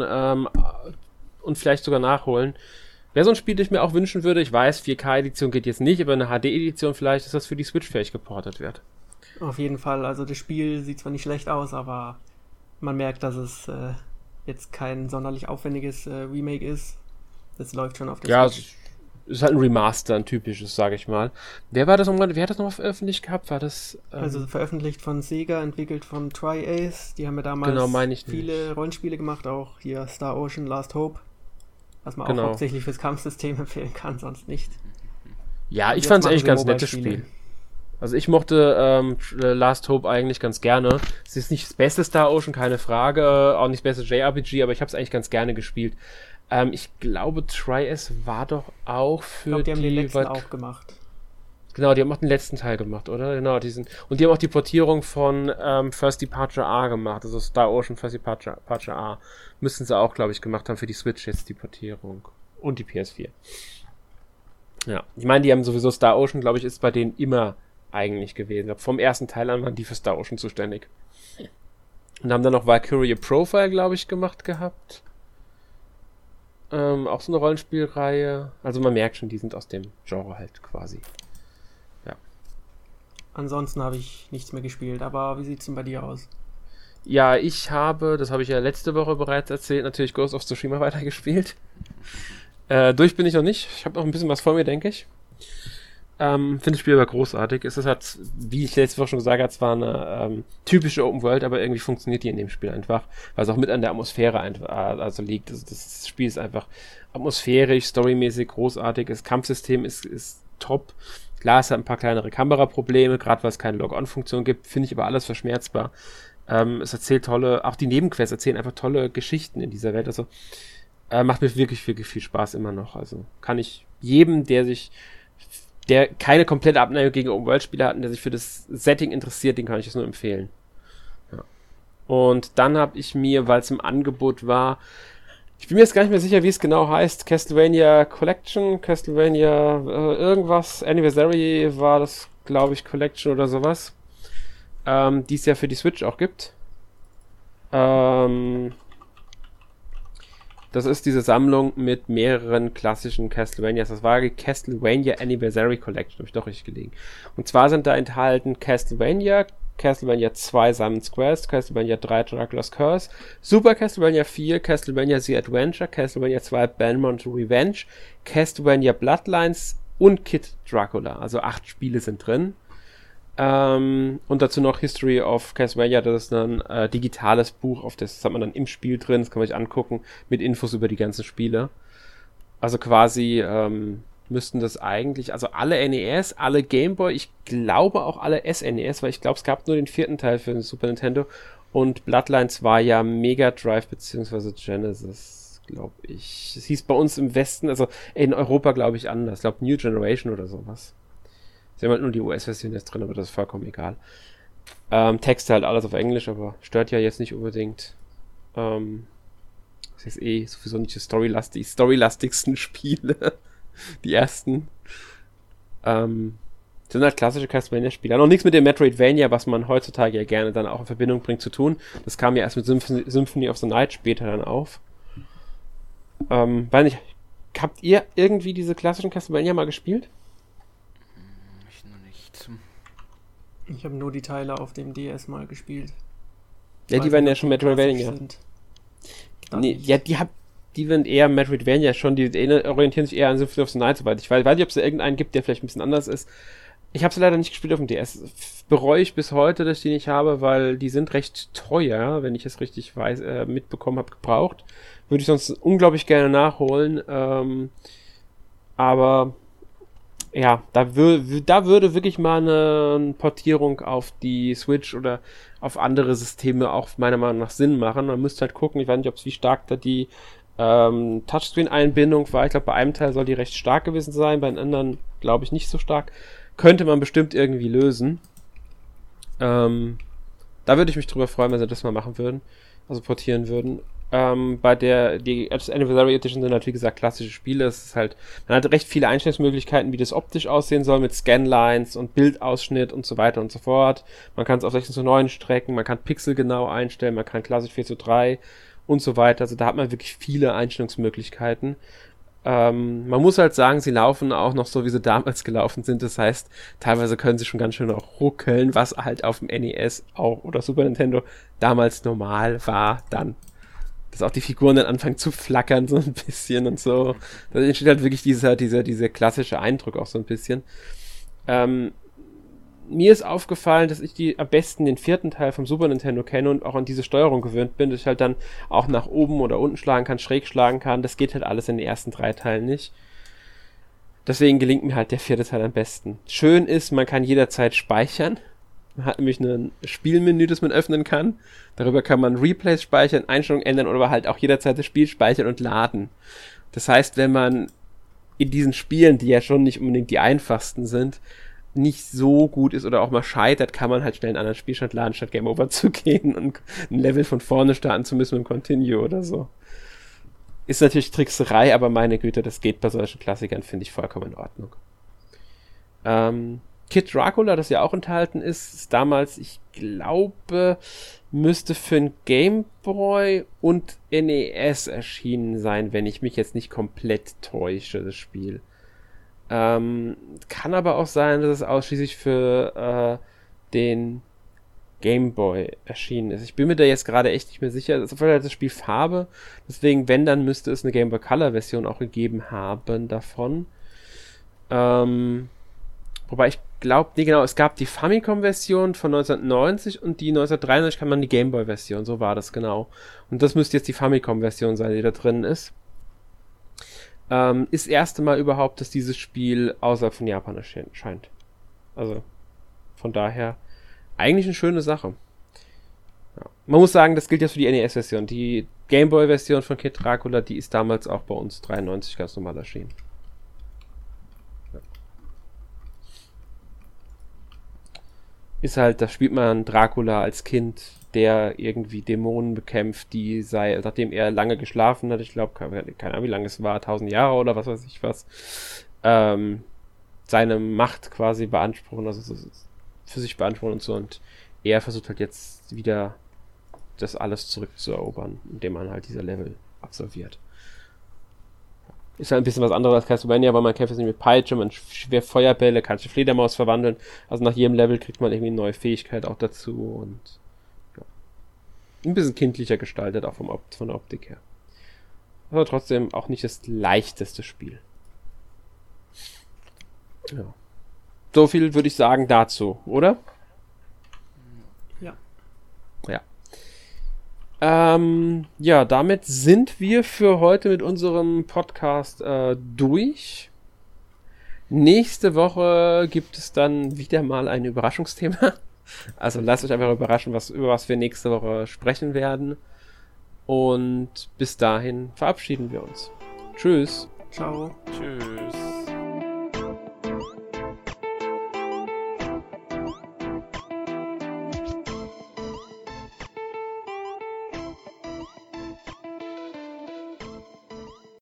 und vielleicht sogar nachholen. Wäre so ein Spiel, das ich mir auch wünschen würde, ich weiß, 4K-Edition geht jetzt nicht, aber eine HD-Edition vielleicht, dass das für die Switch vielleicht geportet wird. Auf jeden Fall, also das Spiel sieht zwar nicht schlecht aus, aber man merkt, dass es jetzt kein sonderlich aufwendiges Remake ist. Das läuft schon auf der Switch. Ist halt ein Remaster, ein typisches, sage ich mal. Wer hat das nochmal veröffentlicht gehabt? War das? Also veröffentlicht von Sega, entwickelt von Tri-Ace. Die haben ja damals viele Rollenspiele gemacht, auch hier Star Ocean, Last Hope. Was man auch hauptsächlich fürs Kampfsystem empfehlen kann, sonst nicht. Ja, ich fand es eigentlich ganz nettes Spiel. Also ich mochte Last Hope eigentlich ganz gerne. Es ist nicht das beste Star Ocean, keine Frage, auch nicht das beste JRPG, aber ich habe es eigentlich ganz gerne gespielt. Ich glaube, Tri-S war doch auch für die haben den letzten auch gemacht. Genau, die haben auch den letzten Teil gemacht, oder? Genau, und die haben auch die Portierung von First Departure A gemacht, also Star Ocean First Departure A. Müssten sie auch, glaube ich, gemacht haben für die Switch jetzt die Portierung. Und die PS4. Ja, ich meine, die haben sowieso Star Ocean, glaube ich, ist bei denen immer eigentlich gewesen. Vom ersten Teil an waren die für Star Ocean zuständig. Und haben dann noch Valkyria Profile, glaube ich, gemacht gehabt. Auch so eine Rollenspielreihe. Also man merkt schon, die sind aus dem Genre halt quasi. Ja. Ansonsten habe ich nichts mehr gespielt, aber wie sieht es denn bei dir aus? Ja, das habe ich ja letzte Woche bereits erzählt, natürlich Ghost of Tsushima weitergespielt. Durch bin ich noch nicht. Ich habe noch ein bisschen was vor mir, denke ich. Finde das Spiel aber großartig. Es ist halt, wie ich letzte Woche schon gesagt habe, zwar eine typische Open World, aber irgendwie funktioniert die in dem Spiel einfach, weil es auch mit an der Atmosphäre liegt. Das Spiel ist einfach atmosphärisch, storymäßig großartig. Das Kampfsystem ist top. Klar, es hat ein paar kleinere Kameraprobleme, gerade weil es keine Log-On-Funktion gibt, finde ich aber alles verschmerzbar. Es erzählt auch die Nebenquests erzählen einfach tolle Geschichten in dieser Welt. Also macht mir wirklich, wirklich viel Spaß immer noch. Also kann ich jedem, der keine komplette Abneigung gegen Open-World-Spiele hat und der sich für das Setting interessiert, den kann ich es nur empfehlen. Ja. Und dann habe ich mir, weil es im Angebot war, ich bin mir jetzt gar nicht mehr sicher, wie es genau heißt, Castlevania Collection, Castlevania irgendwas, Anniversary war das, glaube ich, Collection oder sowas, die es ja für die Switch auch gibt. Das ist diese Sammlung mit mehreren klassischen Castlevanias. Das war die Castlevania Anniversary Collection, habe ich doch richtig gelegen. Und zwar sind da enthalten Castlevania 2 Simon's Quest, Castlevania 3 Dracula's Curse, Super Castlevania 4, Castlevania The Adventure, Castlevania 2 Belmont Revenge, Castlevania Bloodlines und Kid Dracula. Also 8 Spiele sind drin. Und dazu noch History of Castlevania, das ist ein digitales Buch, das hat man dann im Spiel drin, das kann man sich angucken, mit Infos über die ganzen Spiele. Also quasi müssten das eigentlich, also alle NES, alle Gameboy, ich glaube auch alle SNES, weil ich glaube, es gab nur den 4. Teil für den Super Nintendo und Bloodlines war ja Mega Drive beziehungsweise Genesis, glaube ich. Es hieß bei uns im Westen, also in Europa glaube ich anders, ich glaube New Generation oder sowas. Sie haben halt nur die US-Version jetzt drin, aber das ist vollkommen egal. Texte halt alles auf Englisch, aber stört ja jetzt nicht unbedingt. Das ist sowieso nicht die storylastigsten Spiele. Die ersten. Sind halt klassische Castlevania-Spiele. Noch nichts mit dem Metroidvania, was man heutzutage ja gerne dann auch in Verbindung bringt, zu tun. Das kam ja erst mit Symphony of the Night später dann auf. Weiß nicht, habt ihr irgendwie diese klassischen Castlevania mal gespielt? Ich habe nur die Teile auf dem DS mal gespielt. Ja, die waren ja schon Metroidvania. Nee, ja, die sind eher Metroidvania schon, die orientieren sich eher an Symphony of the Night, soweit ich weiß. Ich weiß nicht, ob es da irgendeinen gibt, der vielleicht ein bisschen anders ist. Ich habe sie leider nicht gespielt auf dem DS. Bereue ich bis heute, dass ich die nicht habe, weil die sind recht teuer, wenn ich es richtig mitbekommen habe, gebraucht. Würde ich sonst unglaublich gerne nachholen. Aber ja, da würde wirklich mal eine Portierung auf die Switch oder auf andere Systeme auch meiner Meinung nach Sinn machen. Man müsste halt gucken, ich weiß nicht, wie stark da die Touchscreen-Einbindung war. Ich glaube, bei einem Teil soll die recht stark gewesen sein, bei den anderen glaube ich nicht so stark. Könnte man bestimmt irgendwie lösen. Da würde ich mich drüber freuen, wenn sie das mal machen würden, also portieren würden. Bei die Anniversary Edition sind halt, wie gesagt, klassische Spiele. Es ist halt, man hat recht viele Einstellungsmöglichkeiten, wie das optisch aussehen soll, mit Scanlines und Bildausschnitt und so weiter und so fort. Man kann es auf 16:9 strecken, man kann Pixel genau einstellen, man kann klassisch 4:3 und so weiter. Also da hat man wirklich viele Einstellungsmöglichkeiten. Man muss halt sagen, sie laufen auch noch so, wie sie damals gelaufen sind. Das heißt, teilweise können sie schon ganz schön auch ruckeln, was halt auf dem NES auch oder Super Nintendo damals normal war dann. Dass auch die Figuren dann anfangen zu flackern so ein bisschen und so. Da entsteht halt wirklich dieser klassische Eindruck auch so ein bisschen. Mir ist aufgefallen, dass ich am besten den 4. Teil vom Super Nintendo kenne und auch an diese Steuerung gewöhnt bin, dass ich halt dann auch nach oben oder unten schlagen kann, schräg schlagen kann. Das geht halt alles in den ersten 3 Teilen nicht. Deswegen gelingt mir halt der 4. Teil am besten. Schön ist, man kann jederzeit speichern. Man hat nämlich ein Spielmenü, das man öffnen kann. Darüber kann man Replays speichern, Einstellungen ändern oder halt auch jederzeit das Spiel speichern und laden. Das heißt, wenn man in diesen Spielen, die ja schon nicht unbedingt die einfachsten sind, nicht so gut ist oder auch mal scheitert, kann man halt schnell einen anderen Spielstand laden, statt Game Over zu gehen und ein Level von vorne starten zu müssen mit Continue oder so. Ist natürlich Trickserei, aber meine Güte, das geht bei solchen Klassikern, finde ich vollkommen in Ordnung. Kid Dracula, das ja auch enthalten ist damals, ich glaube, müsste für ein Game Boy und NES erschienen sein, wenn ich mich jetzt nicht komplett täusche, das Spiel. Kann aber auch sein, dass es ausschließlich für den Game Boy erschienen ist. Ich bin mir da jetzt gerade echt nicht mehr sicher. Das ist das Spiel Farbe, deswegen, wenn, dann müsste es eine Game Boy Color Version auch gegeben haben davon. Wobei ich glaube, nee, genau, es gab die Famicom-Version von 1990 und die 1993 kam dann die Game Boy-Version, so war das genau. Und das müsste jetzt die Famicom-Version sein, die da drin ist. Ist das erste Mal überhaupt, dass dieses Spiel außerhalb von Japan erscheint. Also, von daher, eigentlich eine schöne Sache. Ja. Man muss sagen, das gilt jetzt für die NES-Version. Die Game Boy-Version von Kid Dracula, die ist damals auch bei uns 93 ganz normal erschienen. Ist halt, da spielt man Dracula als Kind, der irgendwie Dämonen bekämpft, nachdem er lange geschlafen hat, ich glaube, keine Ahnung, wie lange es war, 1000 Jahre oder was weiß ich was, seine Macht quasi beanspruchen, also für sich beanspruchen und so, und er versucht halt jetzt wieder das alles zurückzuerobern, indem man halt dieser Level absolviert. Ist halt ein bisschen was anderes als Castlevania, weil man kämpft jetzt nicht mit Peitsche, man schwer Feuerbälle, kann sich Fledermaus verwandeln. Also nach jedem Level kriegt man irgendwie eine neue Fähigkeit auch dazu und ja. Ein bisschen kindlicher gestaltet, auch von der Optik her. Aber trotzdem auch nicht das leichteste Spiel. Ja. so viel würde ich sagen dazu, oder? Ja. Ja, damit sind wir für heute mit unserem Podcast durch. Nächste Woche gibt es dann wieder mal ein Überraschungsthema. Also lasst euch einfach überraschen, über was wir nächste Woche sprechen werden. Und bis dahin verabschieden wir uns. Tschüss. Ciao. Tschüss.